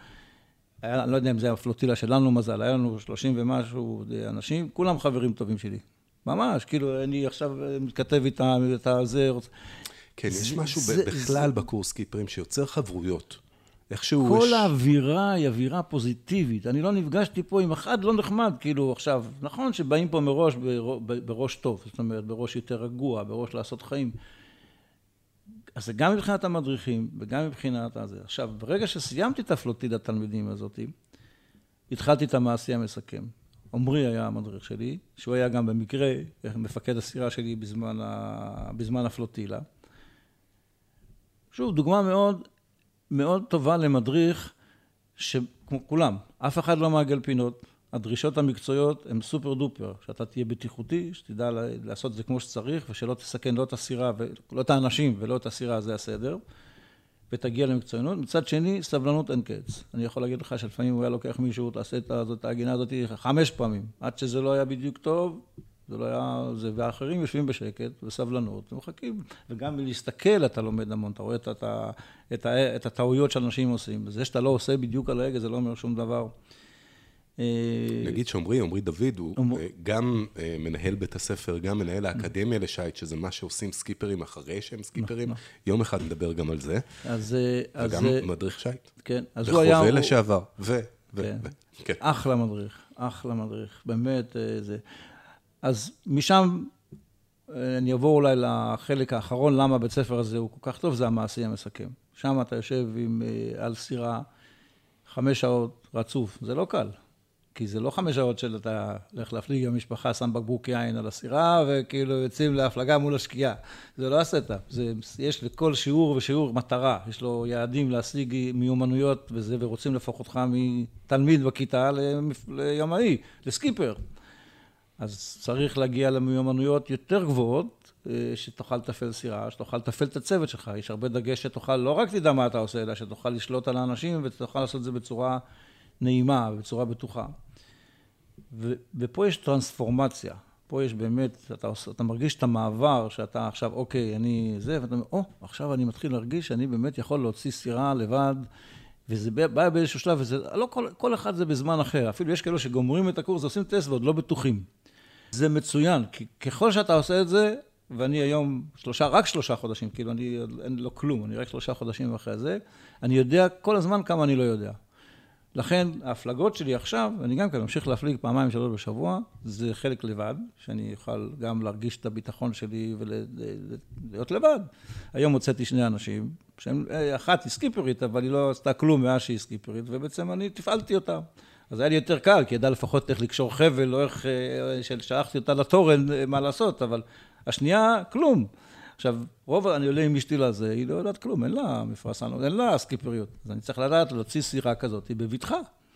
אני לא יודע אם זה הפלוטילה שלנו מזל, היה לנו שלושים ומשהו אנשים, כולם חברים טובים שלי. ממש, כאילו, אני עכשיו מתכתב איתם, את הזה. כן, יש משהו בכלל בקורס סקיפרים שיוצר חברויות. איכשהו כל יש... האווירה היא אווירה פוזיטיבית. אני לא נפגשתי פה עם אחד לא נחמד, כאילו עכשיו, נכון שבאים פה מראש בראש טוב, זאת אומרת, בראש יותר רגוע, בראש לעשות חיים. אז זה גם מבחינת המדריכים, וגם מבחינת הזה. עכשיו, ברגע שסיימתי את הפלוטיד התלמידים הזאת, התחלתי את המעשי המסכם. עומרי היה המדריך שלי, שהוא היה גם במקרה מפקד הסירה שלי בזמן, ה... בזמן הפלוטילה. שוב, דוגמה מאוד, מאוד טובה למדריך, שכמו כולם, אף אחד לא מעגל פינות, הדרישות המקצועיות הן סופר דופר, שאתה תהיה בטיחותי, שתדע לעשות את זה כמו שצריך, ושלא תסכן לא את הסירה, ולא את האנשים ולא את הסירה, זה הסדר, ותגיע למקצוענות. מצד שני, סבלנות אין קץ. אני יכול להגיד לך שלפעמים הוא היה לוקח מישהו, תעשה את ההגינה הזאת חמש פעמים, עד שזה לא היה בדיוק טוב, זה לא היה זה, והאחרים יושבים בשקט, בסבלנות, ומחכים, וגם להסתכל אתה לומד המון, אתה רואה את, את, את, את הטעויות שאנשים עושים, וזה שאתה לא עושה בדיוק על ההגה, זה לא אומר שום דבר. נגיד שאומרי, אומרי דוד, הוא גם מנהל בית הספר, גם מנהל האקדמיה לשייט, שזה מה שעושים סקיפרים אחרי שהם סקיפרים, יום אחד נדבר גם על זה, וגם מדריך שייט, וחווה לשעבר, ו... אחלה מדריך, אחלה מדריך, באמת זה... אז משם אני אעבור אולי לחלק האחרון, למה בית הספר הזה הוא כל כך טוב, זה המעשי המסכם. שם אתה יושב עם, על סירה חמש שעות רצוף, זה לא קל, כי זה לא חמש שעות של אתה הולך להפליג עם המשפחה, שם בקבוק יין על הסירה, וכאילו יוצאים להפלגה מול השקיעה. זה לא הסטאפ, זה, יש לכל שיעור ושיעור מטרה, יש לו יעדים להשיג מיומנויות וזה, ורוצים להפוך אותך מתלמיד בכיתה לימאי, לסקיפר. אז צריך להגיע למיומנויות יותר גבוהות, שתוכל לטפל סירה, שתוכל לטפל את הצוות שלך. יש הרבה דגש שתוכל, לא רק תדע מה אתה עושה, אלא שתוכל לשלוט על האנשים, ותוכל לעשות את זה בצורה נעימה, בצורה בטוחה. ו, ופה יש טרנספורמציה. פה יש באמת, אתה, עושה, אתה מרגיש את המעבר, שאתה עכשיו, אוקיי, אני זה, ואתה אומר, או, עכשיו אני מתחיל להרגיש שאני באמת יכול להוציא סירה לבד, וזה בא באיזשהו שלב, וזה, לא כל, כל אחד זה בזמן אחר. אפילו יש כאלו שגומרים את הקורס, עושים טסט ועוד לא בטוחים. זה מצוין, כי ככל שאתה עושה את זה, ואני היום שלושה, רק שלושה חודשים, כאילו אני, אין לו כלום, אני רק שלושה חודשים אחרי זה, אני יודע כל הזמן כמה אני לא יודע. לכן, ההפלגות שלי עכשיו, אני גם כאן ממשיך להפליג פעמיים שלוש בשבוע, זה חלק לבד, שאני אוכל גם להרגיש את הביטחון שלי ולהיות לבד. היום הוצאתי שני אנשים, שהם, אחת היא סקיפרית, אבל היא לא עשתה כלום מאז שהיא סקיפרית, ובעצם אני תפעלתי אותה. אז היה לי יותר קל, כי ידע לפחות איך לקשור חבל, לא איך שלחתי אותה לתורן, מה לעשות, אבל השנייה, כלום. עכשיו, רוב, אני עולה עם אשתי לזה, היא לא יודעת כלום, אין לה מפרש, אין לה סקיפריות. אז אני צריך לדעת להוציא סירה כזאת, היא בביטחה.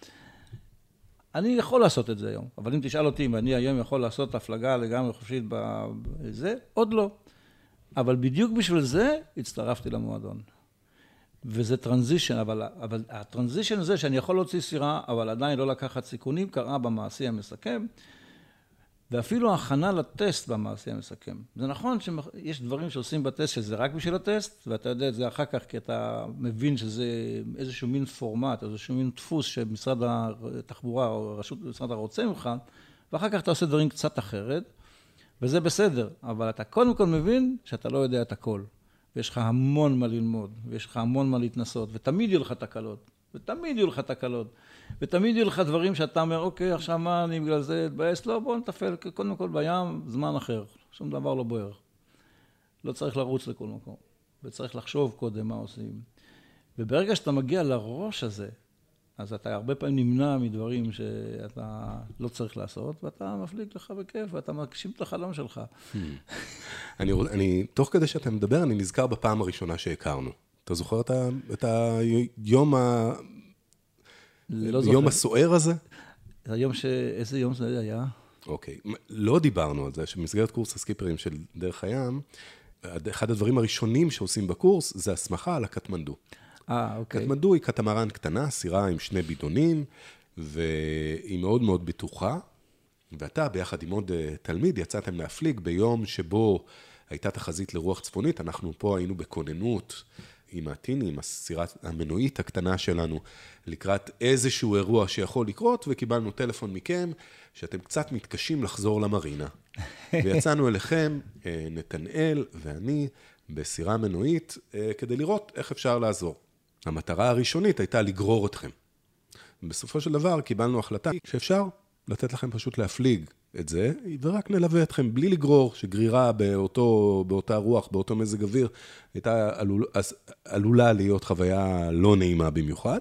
אני יכול לעשות את זה היום, אבל אם תשאל אותי אם אני היום יכול לעשות הפלגה לגמרי חופשית בזה, עוד לא. אבל בדיוק בשביל זה הצטרפתי למועדון. וזה טרנזישן, אבל, אבל הטרנזישן הזה שאני יכול להוציא סירה, אבל עדיין לא לקחת סיכונים, קרה במעשי המסכם, ואפילו ההכנה לטסט במעשי המסכם. זה נכון שיש דברים שעושים בטסט שזה רק בשביל הטסט, ואתה יודע את זה אחר כך, כי אתה מבין שזה איזשהו מין פורמט, איזשהו מין דפוס שמשרד התחבורה או רשות משרד הרוצה ממך, ואחר כך אתה עושה דברים קצת אחרת, וזה בסדר, אבל אתה קודם כל מבין שאתה לא יודע את הכל. ויש לך המון מה ללמוד, ויש לך המון מה להתנסות, ותמיד יהיו לך תקלות, ותמיד יהיו לך תקלות, ותמיד יהיו לך דברים שאתה אומר, אוקיי, עכשיו מה, אני בגלל זה אתבאס, לא, בוא נטפל, קודם כל בים, זמן אחר, שום דבר לא בוער. לא צריך לרוץ לכל מקום, וצריך לחשוב קודם מה עושים. וברגע שאתה מגיע לראש הזה, אז אתה הרבה פעמים נמנע מדברים שאתה לא צריך לעשות, ואתה מפליג לך בכיף, ואתה מגשים את החלום שלך. אני, אני, תוך כדי שאתה מדבר, אני נזכר בפעם הראשונה שהכרנו. אתה זוכר את, ה, את היום, ה, לא יום הסוער הזה? היום ש... איזה יום זה היה? אוקיי. לא דיברנו על זה, שבמסגרת קורס הסקיפרים של דרך הים, אחד הדברים הראשונים שעושים בקורס, זה הסמכה על הקטמנדו. אה, אוקיי. קטמנדו היא קטמרן קטנה, סירה עם שני בידונים, והיא מאוד מאוד בטוחה, ואתה ביחד עם עוד תלמיד יצאתם להפליג ביום שבו הייתה תחזית לרוח צפונית, אנחנו פה היינו בכוננות עם הטיני, עם הסירה המנועית הקטנה שלנו, לקראת איזשהו אירוע שיכול לקרות, וקיבלנו טלפון מכם, שאתם קצת מתקשים לחזור למרינה. ויצאנו אליכם, נתנאל ואני, בסירה מנועית, כדי לראות איך אפשר לעזור. המטרה הראשונית הייתה לגרור אתכם. בסופו של דבר קיבלנו החלטה שאפשר לתת לכם פשוט להפליג את זה, ורק נלווה אתכם בלי לגרור, שגרירה באותו, באותה רוח, באותו מזג אוויר, הייתה עלול, עלולה להיות חוויה לא נעימה במיוחד.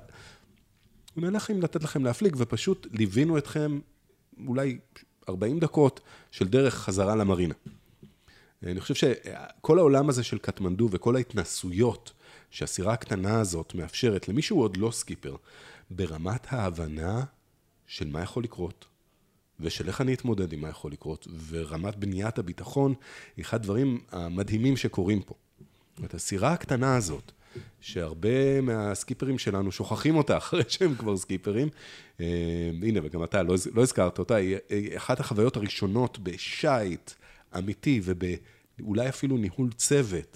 ונלכים לתת לכם להפליג, ופשוט ליווינו אתכם אולי ארבעים דקות של דרך חזרה למרינה. אני חושב שכל העולם הזה של קטמנדו וכל ההתנסויות שהסירה הקטנה הזאת מאפשרת למי שהוא עוד לא סקיפר, ברמת ההבנה של מה יכול לקרות, ושל איך אני אתמודד עם מה יכול לקרות, ורמת בניית הביטחון, היא אחד הדברים המדהימים שקורים פה. את הסירה הקטנה הזאת, שהרבה מהסקיפרים שלנו שוכחים אותה אחרי שהם כבר סקיפרים, הנה, וגם אתה לא, לא הזכרת אותה, היא אחת החוויות הראשונות בשייט אמיתי, ובאולי אפילו ניהול צוות,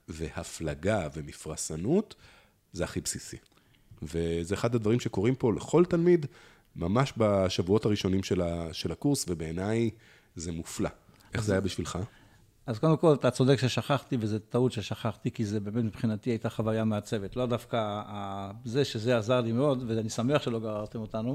והפלגה ומפרסנות, זה הכי בסיסי. וזה אחד הדברים שקורים פה לכל תלמיד, ממש בשבועות הראשונים של, ה, של הקורס, ובעיניי זה מופלא. איך זה היה בשבילך? אז קודם כל, אתה צודק ששכחתי, וזה טעות ששכחתי, כי זה באמת מבחינתי הייתה חוויה מעצבת. לא דווקא זה שזה עזר לי מאוד, ואני שמח שלא גררתם אותנו,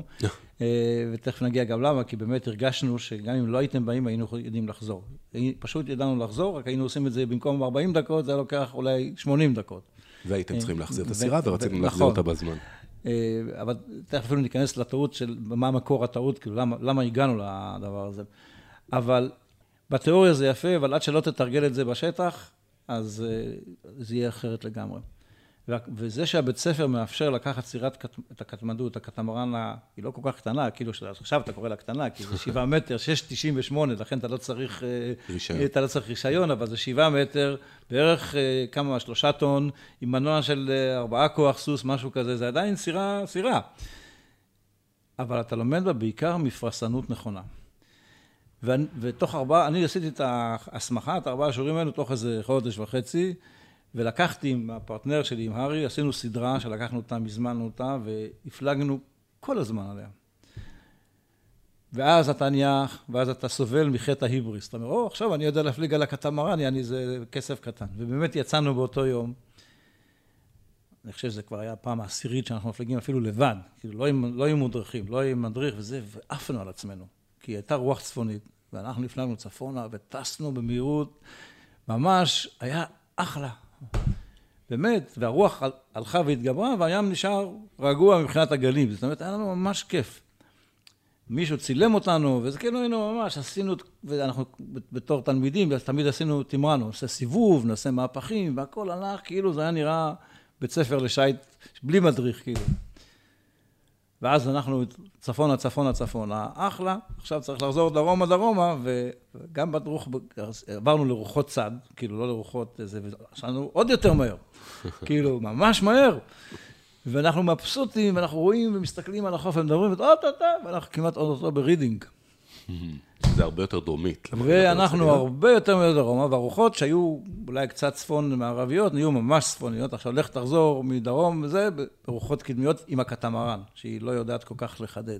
ותכף נגיע גם למה, כי באמת הרגשנו שגם אם לא הייתם באים, היינו יודעים לחזור. פשוט ידענו לחזור, רק היינו עושים את זה במקום ארבעים דקות, זה היה לוקח אולי שמונים דקות. והייתם צריכים להחזיר את הסירה, ורציתם להחזיר אותה בזמן. אבל תכף אפילו ניכנס לטעות של מה מקור הטעות, כאילו למה, למה הגענו לדבר הזה. אבל בתיאוריה זה יפה, אבל עד שלא תתרגל את זה בשטח, אז זה יהיה אחרת לגמרי. וזה שהבית ספר מאפשר לקחת סירת את הקטמנדו, את הקטמרן, היא לא כל כך קטנה, כאילו עכשיו אתה קורא לה קטנה, כי זה שבעה מטר, שש תשעים ושמונה, לכן אתה לא צריך רישיון, אתה לא צריך רישיון, אבל זה שבעה מטר, בערך כמה, שלושה טון, עם מנוע של ארבעה כוח סוס, משהו כזה, זה עדיין סירה, סירה. אבל אתה לומד בה בעיקר מפרסנות נכונה. ותוך ארבעה, אני עשיתי את ההסמכה, את ארבעה השיעורים האלו, תוך איזה חודש וחצי, ולקחתי עם הפרטנר שלי, עם הרי, עשינו סדרה שלקחנו אותה, מזמנו אותה, והפלגנו כל הזמן עליה. ואז אתה ניח, ואז אתה סובל מחטא ההיבריס. אתה אומר, או, עכשיו אני יודע להפליג על הקטמרן, אני זה כסף קטן. ובאמת יצאנו באותו יום. אני חושב שזה כבר היה הפעם העשירית שאנחנו מפליגים אפילו לבד. כאילו, לא עם, לא עם מודרכים, לא עם מדריך וזה, ועפנו על עצמנו. כי הייתה רוח צפונית, ואנחנו נפלגנו צפונה, וטסנו במהירות. ממש היה אחלה. באמת, והרוח הלכה והתגברה, והים נשאר רגוע מבחינת הגלים. זאת אומרת, היה לנו ממש כיף. מישהו צילם אותנו, וזה כאילו היינו ממש, עשינו, ואנחנו בתור תלמידים, תמיד עשינו תמרנו, נעשה סיבוב, נעשה מהפכים, והכל הלך, כאילו זה היה נראה בית ספר לשייט, בלי מדריך, כאילו. ואז אנחנו צפונה, צפונה, צפונה, אחלה, עכשיו צריך לחזור דרומה, דרומה, וגם בדרוך, עברנו לרוחות צד, כאילו לא לרוחות איזה, ועשינו עוד יותר מהר, כאילו ממש מהר, ואנחנו מבסוטים, ואנחנו רואים ומסתכלים על החוף, ומדברים, ואנחנו כמעט עוד אותו ברידינג. זה הרבה יותר דרומית. ואנחנו הרבה יותר מדרומה, והרוחות שהיו אולי קצת צפון מערביות, נהיו ממש צפוניות. עכשיו, לך תחזור מדרום, וזה ברוחות קדמיות עם הקטמרן, שהיא לא יודעת כל כך לחדד.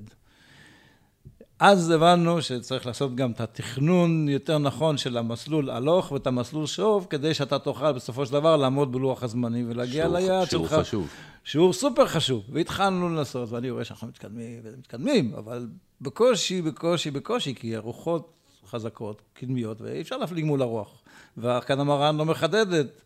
אז הבנו שצריך לעשות גם את התכנון יותר נכון של המסלול הלוך ואת המסלול שוב, כדי שאתה תוכל בסופו של דבר לעמוד בלוח הזמני ולהגיע ליעד שלך. שיעור חשוב. שיעור סופר חשוב. והתחלנו לנסות, ואני רואה שאנחנו מתקדמים ומתקדמים, אבל בקושי, בקושי, בקושי, כי הרוחות חזקות, קדמיות, ואי אפשר להפליג מול הרוח. והקטמרן לא מחדדת.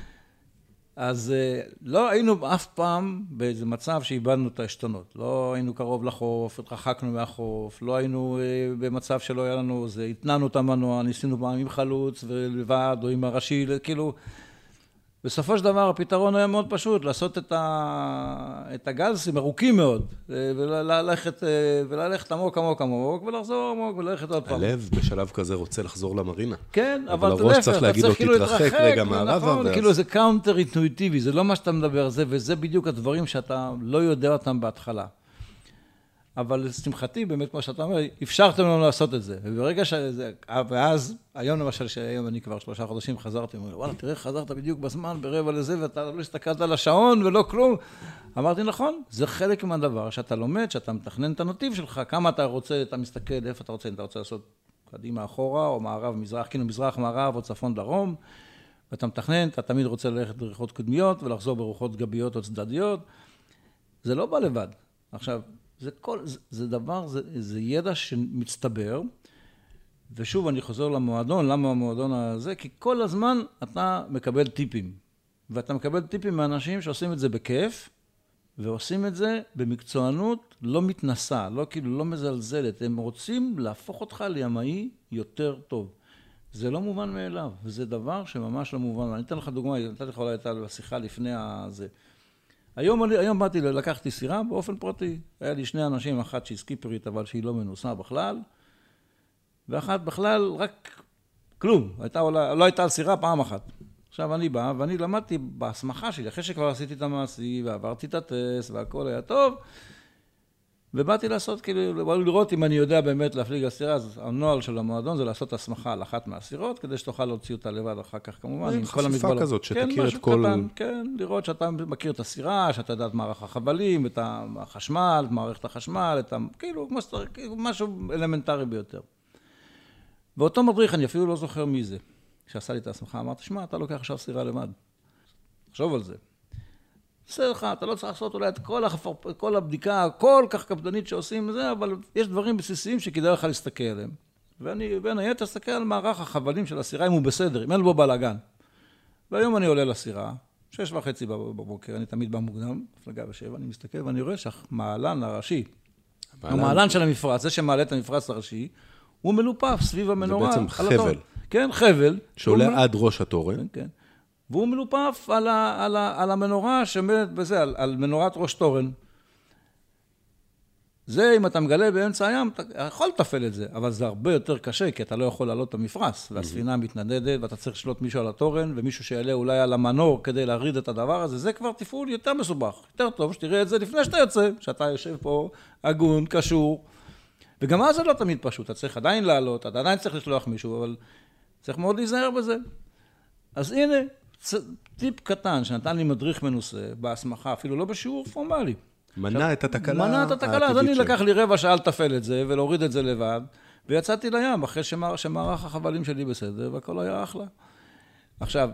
אז לא היינו אף פעם באיזה מצב שאיבדנו את העשתונות. לא היינו קרוב לחוף, התרחקנו מהחוף, לא היינו במצב שלא היה לנו, זה התנענו את המנוע, ניסינו פעם עם חלוץ ולבד או עם הראשי, כאילו, בסופו של דבר הפתרון היה מאוד פשוט, לעשות את, ה... את הגזים ארוכים מאוד, וללכת, וללכת עמוק עמוק עמוק, ולחזור עמוק וללכת עוד פעם. הלב בשלב כזה רוצה לחזור למרינה. כן, אבל, אבל הראש צריך להגיד לו, תתרחק רגע מערבה. נכון, כאילו זה קאונטר אינטואיטיבי, זה לא מה שאתה מדבר, זה, וזה בדיוק הדברים שאתה לא יודע אותם בהתחלה. אבל לשמחתי, באמת, כמו שאתה אומר, אפשרתם לנו לעשות את זה. וברגע שזה, ואז, היום למשל, שהיום אני כבר שלושה חודשים חזרתי, אמרו, וואלה, תראה, חזרת בדיוק בזמן, ברבע לזה, ואתה לא הסתכלת על השעון ולא כלום. אמרתי, נכון, זה חלק מהדבר, שאתה לומד, שאתה מתכנן את הנתיב שלך, כמה אתה רוצה, אתה מסתכל, איפה אתה רוצה, אם אתה רוצה לעשות קדימה אחורה, או מערב, מזרח, כאילו מזרח, מערב, או צפון, דרום, ואתה מתכנן, אתה תמיד רוצה ללכת ברוחות קדמיות, ולחזור ברוחות גביות או צדדיות. זה לא בא לבד. עכשיו, זה כל, זה, זה דבר, זה, זה ידע שמצטבר, ושוב אני חוזר למועדון, למה המועדון הזה? כי כל הזמן אתה מקבל טיפים, ואתה מקבל טיפים מאנשים שעושים את זה בכיף, ועושים את זה במקצוענות לא מתנסה, לא כאילו לא מזלזלת, הם רוצים להפוך אותך לימאי יותר טוב. זה לא מובן מאליו, וזה דבר שממש לא מובן. אני אתן לך דוגמה, אני אתן לך אולי את השיחה לפני הזה. היום, היום באתי, לקחתי סירה באופן פרטי. היה לי שני אנשים, אחת שהיא סקיפרית, אבל שהיא לא מנוסה בכלל, ואחת בכלל רק כלום. הייתה, לא הייתה על סירה פעם אחת. עכשיו אני בא, ואני למדתי בהסמכה שלי, אחרי שכבר עשיתי את המעשי, ועברתי את הטסט, והכל היה טוב, ובאתי לעשות, כאילו, לראות אם אני יודע באמת להפליג הסירה, אז הנוהל של המועדון זה לעשות הסמכה על אחת מהסירות, כדי שתוכל להוציא אותה לבד אחר כך, כמובן, עם כל המגבלות. כזאת, שתכיר כן, את כל... קטן, כן, לראות שאתה מכיר את הסירה, שאתה יודע את מערך החבלים, את החשמל, את מערכת החשמל, את ה... כאילו, משהו אלמנטרי ביותר. ואותו מדריך, אני אפילו לא זוכר מי זה, שעשה לי את ההסמכה, אמרתי, שמע, אתה לוקח עכשיו סירה לבד. חשוב על זה. בסדר לך, אתה לא צריך לעשות אולי את כל, החפר, כל הבדיקה, כל כך קפדנית שעושים זה, אבל יש דברים בסיסיים שכדאי לך להסתכל עליהם. ואני בין היתר אסתכל על מערך החבלים של הסירה, אם הוא בסדר, אם אין בו בלגן. והיום אני עולה לסירה, שש וחצי בבוקר, אני תמיד בא מוקדם, הפלגה בשבע, אני מסתכל ואני רואה שהמעלן הראשי, המעלן של המפרץ, זה שמעלה את המפרץ הראשי, הוא מלופף סביב המנורה. זה בעצם חבל. כן, חבל. שעולה עד ראש התורן. כן, כן. והוא מלופף על, ה, על, ה, על המנורה שעומדת בזה, על, על מנורת ראש תורן. זה, אם אתה מגלה באמצע הים, אתה יכול לתפעל את זה, אבל זה הרבה יותר קשה, כי אתה לא יכול לעלות את המפרש, והספינה מתנדדת, ואתה צריך לשלוט מישהו על התורן, ומישהו שיעלה אולי על המנור כדי להריד את הדבר הזה, זה כבר תפעול יותר מסובך, יותר טוב, שתראה את זה לפני שאתה יוצא, שאתה יושב פה הגון, קשור, וגם אז זה לא תמיד פשוט, אתה צריך עדיין לעלות, אתה עדיין צריך לשלוח מישהו, אבל צריך מאוד להיזהר בזה. אז הנה, טיפ קטן שנתן לי מדריך מנוסה, בהסמכה, אפילו לא בשיעור פורמלי. מנע את התקלה. מנע את התקלה, אז אני לקח לי רבע שעה לתפעל את זה, ולהוריד את זה לבד, ויצאתי לים, אחרי שמערך החבלים שלי בסדר, והכל היה אחלה. עכשיו,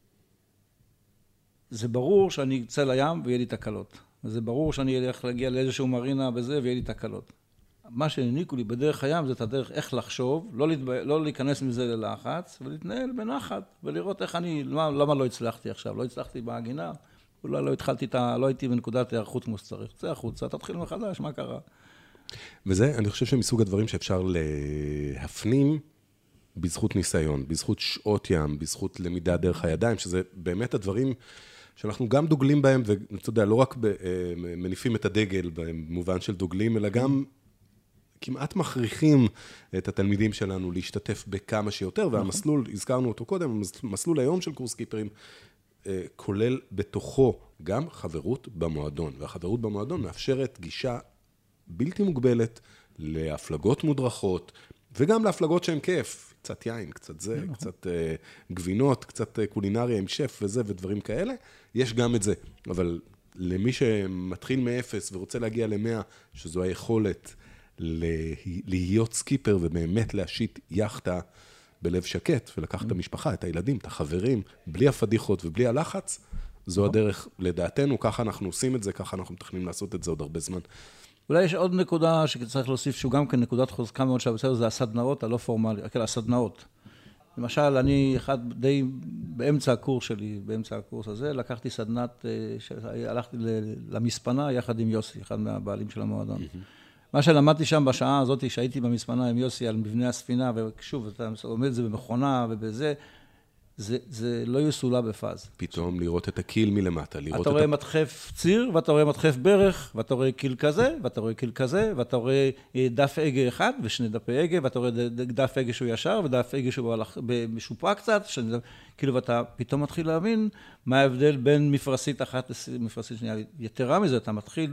זה ברור שאני אצא לים ויהיה לי תקלות. וזה ברור שאני אלך להגיע לאיזשהו מרינה בזה, ויהיה לי תקלות. מה שהעניקו לי בדרך הים זה את הדרך איך לחשוב, לא, להתבא... לא להיכנס מזה ללחץ, ולהתנהל בנחת, ולראות איך אני, למה, למה לא הצלחתי עכשיו, לא הצלחתי בהגינה, אולי לא התחלתי, את ה... לא הייתי בנקודת הערכות כמו שצריך, זה החוצה, תתחיל מחדש, מה קרה? וזה, אני חושב שמסוג הדברים שאפשר להפנים בזכות ניסיון, בזכות שעות ים, בזכות למידה דרך הידיים, שזה באמת הדברים שאנחנו גם דוגלים בהם, ואתה יודע, לא רק מניפים את הדגל במובן של דוגלים, אלא גם כמעט מכריחים את התלמידים שלנו להשתתף בכמה שיותר, והמסלול, הזכרנו אותו קודם, המסלול היום של קורס קיפרים, כולל בתוכו גם חברות במועדון, והחברות במועדון מאפשרת גישה בלתי מוגבלת להפלגות מודרכות, וגם להפלגות שהן כיף, קצת יין, קצת זה, קצת גבינות, קצת קולינריה עם שף וזה ודברים כאלה, יש גם את זה, אבל למי שמתחיל מאפס ורוצה להגיע למאה, שזו היכולת להיות סקיפר ובאמת להשיט יחטה בלב שקט, ולקח את המשפחה, את הילדים, את החברים, בלי הפדיחות ובלי הלחץ, זו הדרך, לדעתנו, ככה אנחנו עושים את זה, ככה אנחנו מתכננים לעשות את זה עוד הרבה זמן. אולי יש עוד נקודה שצריך להוסיף, שהוא גם כן נקודת חוזקה מאוד שבסדר, זה הסדנאות הלא פורמליות, כן, הסדנאות. למשל, אני אחד די, באמצע הקורס שלי, באמצע הקורס הזה, לקחתי סדנת, הלכתי למספנה יחד עם יוסי, אחד מהבעלים של המועדון. מה שלמדתי שם בשעה הזאת, שהייתי במספנה עם יוסי על מבנה הספינה, ושוב, אתה עומד את זה במכונה ובזה, זה, זה לא יסולה בפאז. פתאום לראות את הקיל מלמטה, לראות את... אתה רואה מדחף ציר, ואתה רואה מדחף ברך, ואתה רואה קיל כזה, ואתה רואה קיל כזה, ואתה רואה דף הגה אחד, ושני דפי הגה, ואתה רואה דף הגה שהוא ישר, ודף הגה שהוא משופע קצת, שאני... כאילו, ואתה פתאום מתחיל להבין מה ההבדל בין מפרסית אחת למפרסית שנייה. יתרה מזה, אתה מתחיל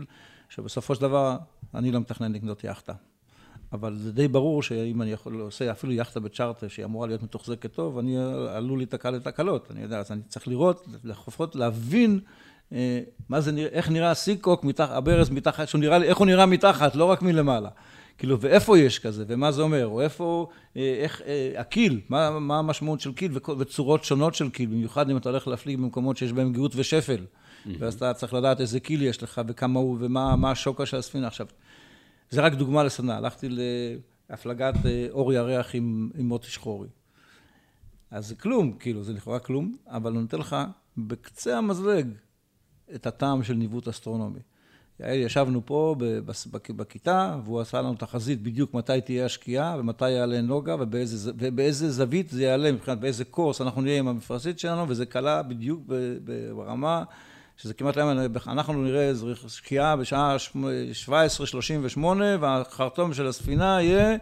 שבסופו של דבר אני לא מתכנן לקנות יאכטה. אבל זה די ברור שאם אני יכול לעושה אפילו יאכטה בצ'ארטר שהיא אמורה להיות מתוחזקת טוב, אני עלול להתקל לתקלות. אני יודע, אז אני צריך לראות, לפחות להבין מה זה, איך נראה הסיקוק, הברז מתחת, שהוא נראה לי, איך הוא נראה מתחת, לא רק מלמעלה. כאילו, ואיפה יש כזה, ומה זה אומר, או איפה, איך, הקיל, מה, מה המשמעות של קיל, וצורות שונות של קיל, במיוחד אם אתה הולך להפליג במקומות שיש בהם גאות ושפל, ואז אתה צריך לדעת איזה קיל יש לך, וכמה הוא, ומה מה השוקה של הספינה. עכשיו, זה רק דוגמה לסדנה, הלכתי להפלגת אור ירח עם, עם מוטי שחורי. אז זה כלום, כאילו, זה לכאורה כלום, אבל הוא נותן לך בקצה המזלג את הטעם של ניווט אסטרונומי. ישבנו פה בכיתה, והוא עשה לנו תחזית בדיוק מתי תהיה השקיעה, ומתי יעלה נוגה, ובאיזה, ובאיזה זווית זה יעלה, מבחינת באיזה קורס אנחנו נהיה עם המפרסית שלנו, וזה קלה בדיוק ברמה, שזה כמעט למה, אנחנו נראה שקיעה בשעה שבע עשרה שלושים ושמונה, והחרטום של הספינה יהיה,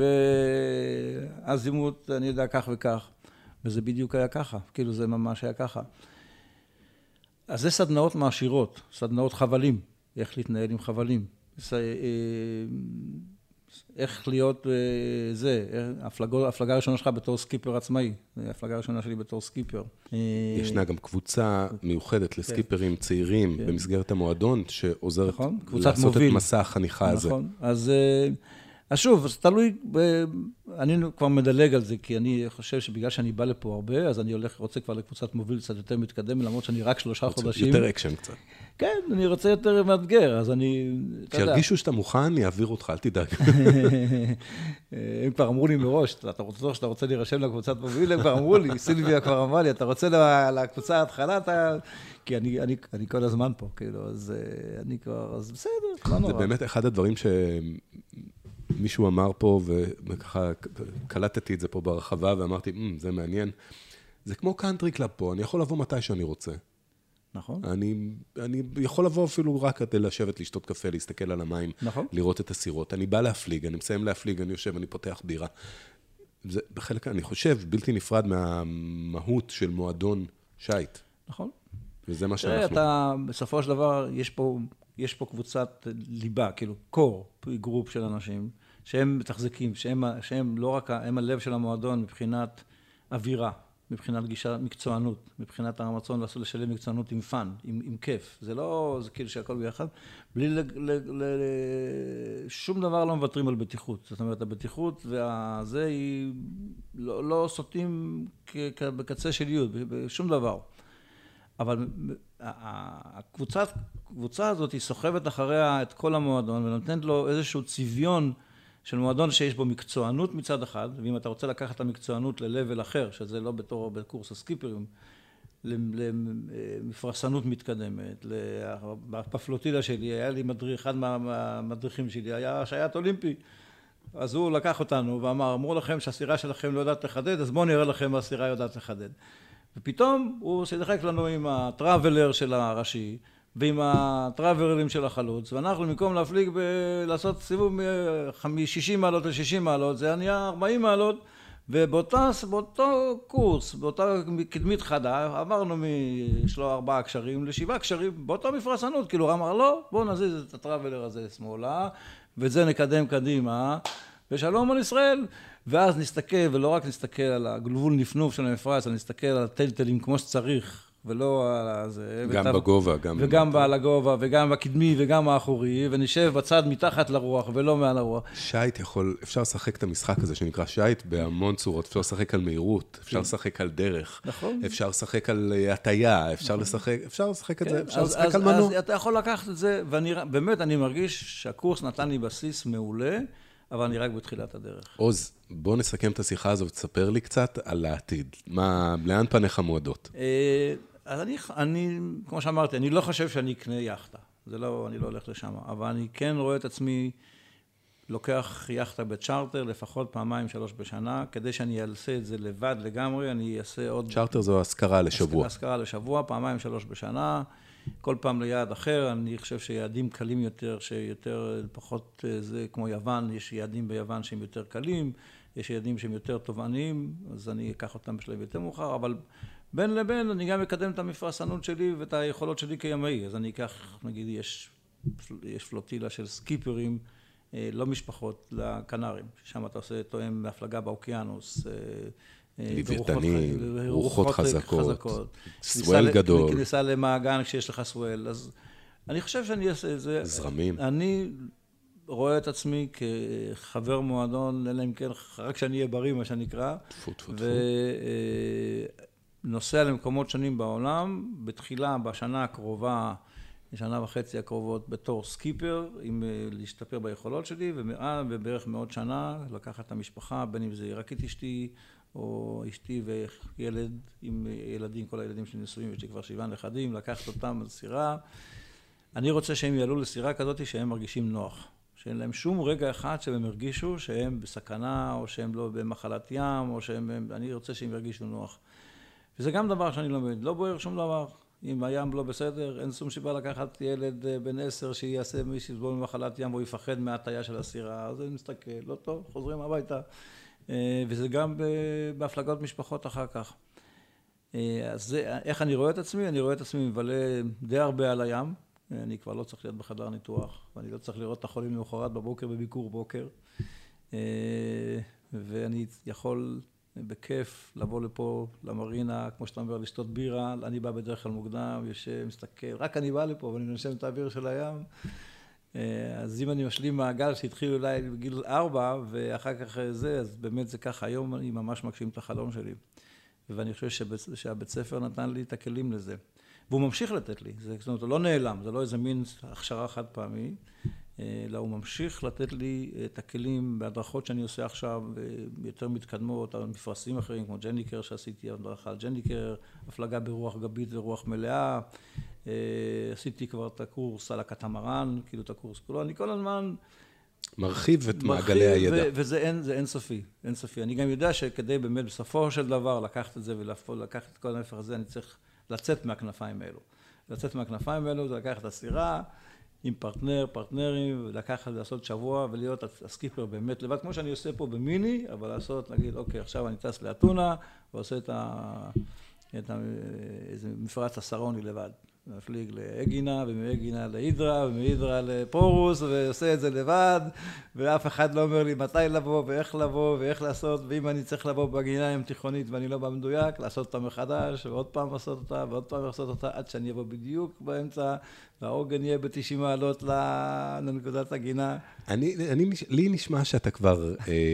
והזימות, אני יודע, כך וכך. וזה בדיוק היה ככה, כאילו זה ממש היה ככה. אז זה סדנאות מעשירות, סדנאות חבלים. איך להתנהל עם חבלים, איך להיות זה, ההפלגה הראשונה שלך בתור סקיפר עצמאי, ההפלגה הראשונה שלי בתור סקיפר. ישנה גם קבוצה מיוחדת לסקיפרים צעירים במסגרת המועדון, שעוזרת לעשות את מסע החניכה הזה. נכון, אז... אז שוב, זה תלוי, אני כבר מדלג על זה, כי אני חושב שבגלל שאני בא לפה הרבה, אז אני הולך, רוצה כבר לקבוצת מוביל קצת יותר מתקדם, למרות שאני רק שלושה חודשים. יותר אקשן קצת. כן, אני רוצה יותר מאתגר, אז אני... כשירגישו שאתה מוכן, יעביר אותך, אל תדאג. הם כבר אמרו לי מראש, אתה רוצה שאתה רוצה להירשם לקבוצת מוביל, הם כבר אמרו לי, סילביה כבר אמרה לי, אתה רוצה לקבוצה ההתחלה, אתה... כי אני, אני, אני כל הזמן פה, כאילו, אז אני כבר, אז בסדר, לא נורא. זה באמת אחד הדברים ש... מישהו אמר פה, וככה קלטתי את זה פה ברחבה, ואמרתי, זה מעניין. זה כמו קאנטרי קלאב פה, אני יכול לבוא מתי שאני רוצה. נכון. אני, אני יכול לבוא אפילו רק כדי לשבת, לשתות קפה, להסתכל על המים, נכון. לראות את הסירות. אני בא להפליג, אני מסיים להפליג, אני יושב, אני פותח בירה. זה בחלק, אני חושב, בלתי נפרד מהמהות של מועדון שייט. נכון. וזה מה שאנחנו... אתה, בסופו של דבר, יש פה... יש פה קבוצת ליבה, כאילו קור, גרופ של אנשים, שהם מתחזקים, שהם, שהם לא רק, הם הלב של המועדון מבחינת אווירה, מבחינת גישה מקצוענות, מבחינת הרצון לעשות לשלם מקצוענות עם פן, עם, עם כיף. זה לא, זה כאילו שהכל ביחד, בלי ל, ל, ל, ל, שום דבר לא מוותרים על בטיחות. זאת אומרת, הבטיחות והזה היא לא, לא סוטים בקצה של יוד, בשום דבר. אבל הקבוצה, הקבוצה הזאת היא סוחבת אחריה את כל המועדון ונותנת לו איזשהו צביון של מועדון שיש בו מקצוענות מצד אחד, ואם אתה רוצה לקחת את המקצוענות ללבל אחר, שזה לא בתור בקורס הסקיפרים, למפרסנות מתקדמת, בפלוטילה שלי, היה לי מדריך, אחד מהמדריכים שלי היה שייט אולימפי, אז הוא לקח אותנו ואמר, אמרו לכם שהסירה שלכם לא יודעת לחדד, אז בואו נראה לכם מה הסירה יודעת לחדד. ופתאום הוא שיחק לנו עם הטראבלר של הראשי, ועם הטראבלרים של החלוץ, ואנחנו במקום להפליג ולעשות סיבוב מ-שישים מעלות ל-שישים מעלות, זה נהיה ארבעים מעלות, ובאותו קורס, באותה קדמית חדה, עברנו משלו ארבעה קשרים לשבעה קשרים, באותו מפרסנות, כאילו אמר לא, בואו נזיז את הטראבלר הזה שמאלה, ואת זה נקדם קדימה, ושלום על ישראל. ואז נסתכל, ולא רק נסתכל על הגלבול נפנוף של המפרץ, אלא נסתכל על הטלטלים כמו שצריך, ולא על זה. גם ותב... בגובה, גם... וגם על הגובה, וגם בקדמי, וגם האחורי, ונשב בצד מתחת לרוח, ולא מעל הרוח. שייט יכול, אפשר לשחק את המשחק הזה, שנקרא שייט, בהמון צורות. אפשר לשחק על מהירות, אפשר לשחק על דרך. נכון. אפשר לשחק על הטיה, אפשר לשחק, אפשר לשחק את זה, אפשר אז, לשחק אז, על מנוע. אז אתה יכול לקחת את זה, ובאמת אני מרגיש שהקורס נתן לי בסיס מעולה, אבל אני רק בתחילת הדרך. עוז, בוא נסכם את השיחה הזו ותספר לי קצת על העתיד. מה, לאן פניך מועדות? אז אני, אני, כמו שאמרתי, אני לא חושב שאני אקנה יאכטה. זה לא, אני לא הולך לשם. אבל אני כן רואה את עצמי לוקח יאכטה בצ'ארטר, לפחות פעמיים, שלוש בשנה, כדי שאני אעשה את זה לבד לגמרי, אני אעשה עוד... צ'ארטר זו השכרה לשבוע. השכרה לשבוע, פעמיים, שלוש בשנה. כל פעם ליעד אחר, אני חושב שיעדים קלים יותר, שיותר פחות זה כמו יוון, יש יעדים ביוון שהם יותר קלים, יש יעדים שהם יותר תובעניים, אז אני אקח אותם בשלב יותר מאוחר, אבל בין לבין אני גם אקדם את המפרסנות שלי ואת היכולות שלי כימאי, אז אני אקח, נגיד, יש יש פלוטילה של סקיפרים, לא משפחות, לקנרים, ששם אתה עושה תואם בהפלגה באוקיינוס, לוויתנים, רוחות חזקות, סואל גדול. כניסה למעגן כשיש לך סואל, אז אני חושב שאני אעשה את זה. זרמים. אני רואה את עצמי כחבר מועדון, אלא אם כן, רק שאני אהיה בריא, מה שנקרא. טפו, טפו, טפו. ונוסע למקומות שונים בעולם, בתחילה, בשנה הקרובה, שנה וחצי הקרובות בתור סקיפר, עם להשתפר ביכולות שלי, ובערך מאות שנה לקחת את המשפחה, בין אם זה רק את אשתי, או אשתי וילד, עם ילדים, כל הילדים שלי נשואים, יש לי כבר שבעה נכדים, לקחת אותם לסירה. אני רוצה שהם יעלו לסירה כזאת שהם מרגישים נוח. שאין להם שום רגע אחד שהם הרגישו שהם בסכנה, או שהם לא במחלת ים, או שהם... אני רוצה שהם ירגישו נוח. וזה גם דבר שאני לומד, לא בוער שום דבר. אם הים לא בסדר, אין שום סיבה לקחת ילד בן עשר שיעשה מי שיסבול ממחלת ים, או יפחד מההטיה של הסירה, אז אני מסתכל, לא טוב, חוזרים הביתה. וזה גם בהפלגות משפחות אחר כך. אז זה, איך אני רואה את עצמי? אני רואה את עצמי מבלה די הרבה על הים. אני כבר לא צריך להיות בחדר ניתוח, ואני לא צריך לראות את החולים למחרת בבוקר בביקור בוקר. ואני יכול בכיף לבוא לפה למרינה, כמו שאתה אומר, לשתות בירה. אני בא בדרך כלל מוקדם, יושב, מסתכל, רק אני בא לפה ואני נושם את האוויר של הים. אז אם אני משלים מעגל שהתחיל אולי בגיל ארבע, ואחר כך זה, אז באמת זה ככה. היום אני ממש מגשים את החלום שלי. ואני חושב שהבית ספר נתן לי את הכלים לזה. והוא ממשיך לתת לי. זאת אומרת, הוא לא נעלם, זה לא איזה מין הכשרה חד פעמי, אלא הוא ממשיך לתת לי את הכלים בהדרכות שאני עושה עכשיו, יותר מתקדמות, על מפרשים אחרים, כמו ג'נדיקר, שעשיתי הדרכה על ג'נדיקר, הפלגה ברוח גבית ורוח מלאה. עשיתי כבר את הקורס על הקטמרן, כאילו את הקורס כולו. אני כל הזמן... מרחיב את מעגלי הידע. וזה אין, זה אין סופי, אין סופי. אני גם יודע שכדי באמת בסופו של דבר לקחת את זה ולקחת את כל הנפח הזה, אני צריך לצאת מהכנפיים האלו. לצאת מהכנפיים האלו זה לקחת את הסירה עם פרטנר, פרטנרים, ולקחת, לעשות שבוע ולהיות הסקיפר באמת לבד, כמו שאני עושה פה במיני, אבל לעשות, נגיד, אוקיי, עכשיו אני טס לאתונה, ועושה את ה... את ה... איזה מפרץ הסרוני לבד. מפליג לאגינה, ומאגינה להידרה, ומהידרה לפורוס, ועושה את זה לבד, ואף אחד לא אומר לי מתי לבוא, ואיך לבוא, ואיך לעשות, ואם אני צריך לבוא בגינה עם תיכונית ואני לא במדויק, לעשות אותה מחדש, ועוד פעם לעשות אותה, ועוד פעם לעשות אותה, עד שאני אבוא בדיוק באמצע, והאורגן יהיה בתשעים מעלות לנקודת הגינה. אני, אני, לי נשמע שאתה כבר...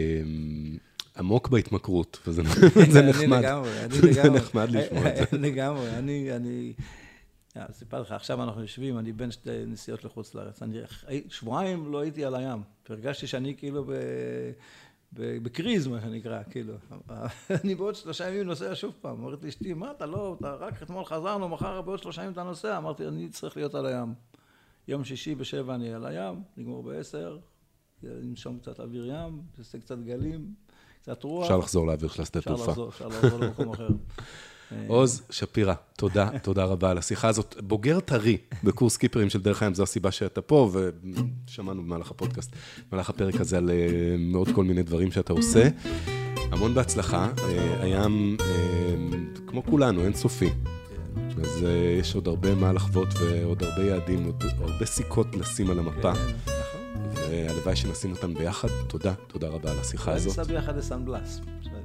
עמוק בהתמכרות, וזה נחמד. זה נחמד לשמוע את זה. לגמרי, אני, אני, סיפר לך, עכשיו אנחנו יושבים, אני בין שתי נסיעות לחוץ לארץ. אני שבועיים לא הייתי על הים, והרגשתי שאני כאילו בקריז, מה שנקרא, כאילו. אני בעוד שלושה ימים נוסע שוב פעם. אמרתי לי, אשתי, מה אתה לא, אתה רק אתמול חזרנו, מחר בעוד שלושה ימים אתה נוסע. אמרתי, אני צריך להיות על הים. יום שישי בשבע אני על הים, נגמור בעשר, נשום קצת אוויר ים, נעשה קצת גלים. אפשר לחזור לאוויר של השדה תעופה. אפשר לחזור למקום אחר. עוז שפירא, תודה, תודה רבה על השיחה הזאת. בוגר טרי בקורס סקיפרים של דרך הים, זו הסיבה שאתה פה, ושמענו במהלך הפודקאסט, במהלך הפרק הזה על מאוד כל מיני דברים שאתה עושה. המון בהצלחה. הים, כמו כולנו, אין סופי. אז יש עוד הרבה מה לחוות ועוד הרבה יעדים, עוד הרבה סיכות לשים על המפה. והלוואי שנשים אותן ביחד. תודה, תודה רבה על השיחה הזאת. אני עושה ביחד לסנבלס.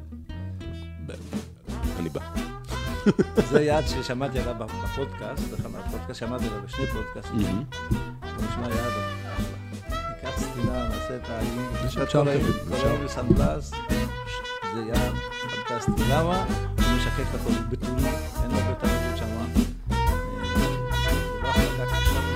אני בא. זה יעד ששמעתי עליו בפודקאסט, בפודקאסט שמעתי עליו בשני פודקאסטים. זה נשמע יעד אחלה. ניקח סטינה, נעשה את העלים. אפשר להגיד. קוראים לסנבלס, זה יעד פנטסטי. למה? הוא משקק את הכל בתולי, אין לו בתרבות שמה. זה לא החלטה קשה.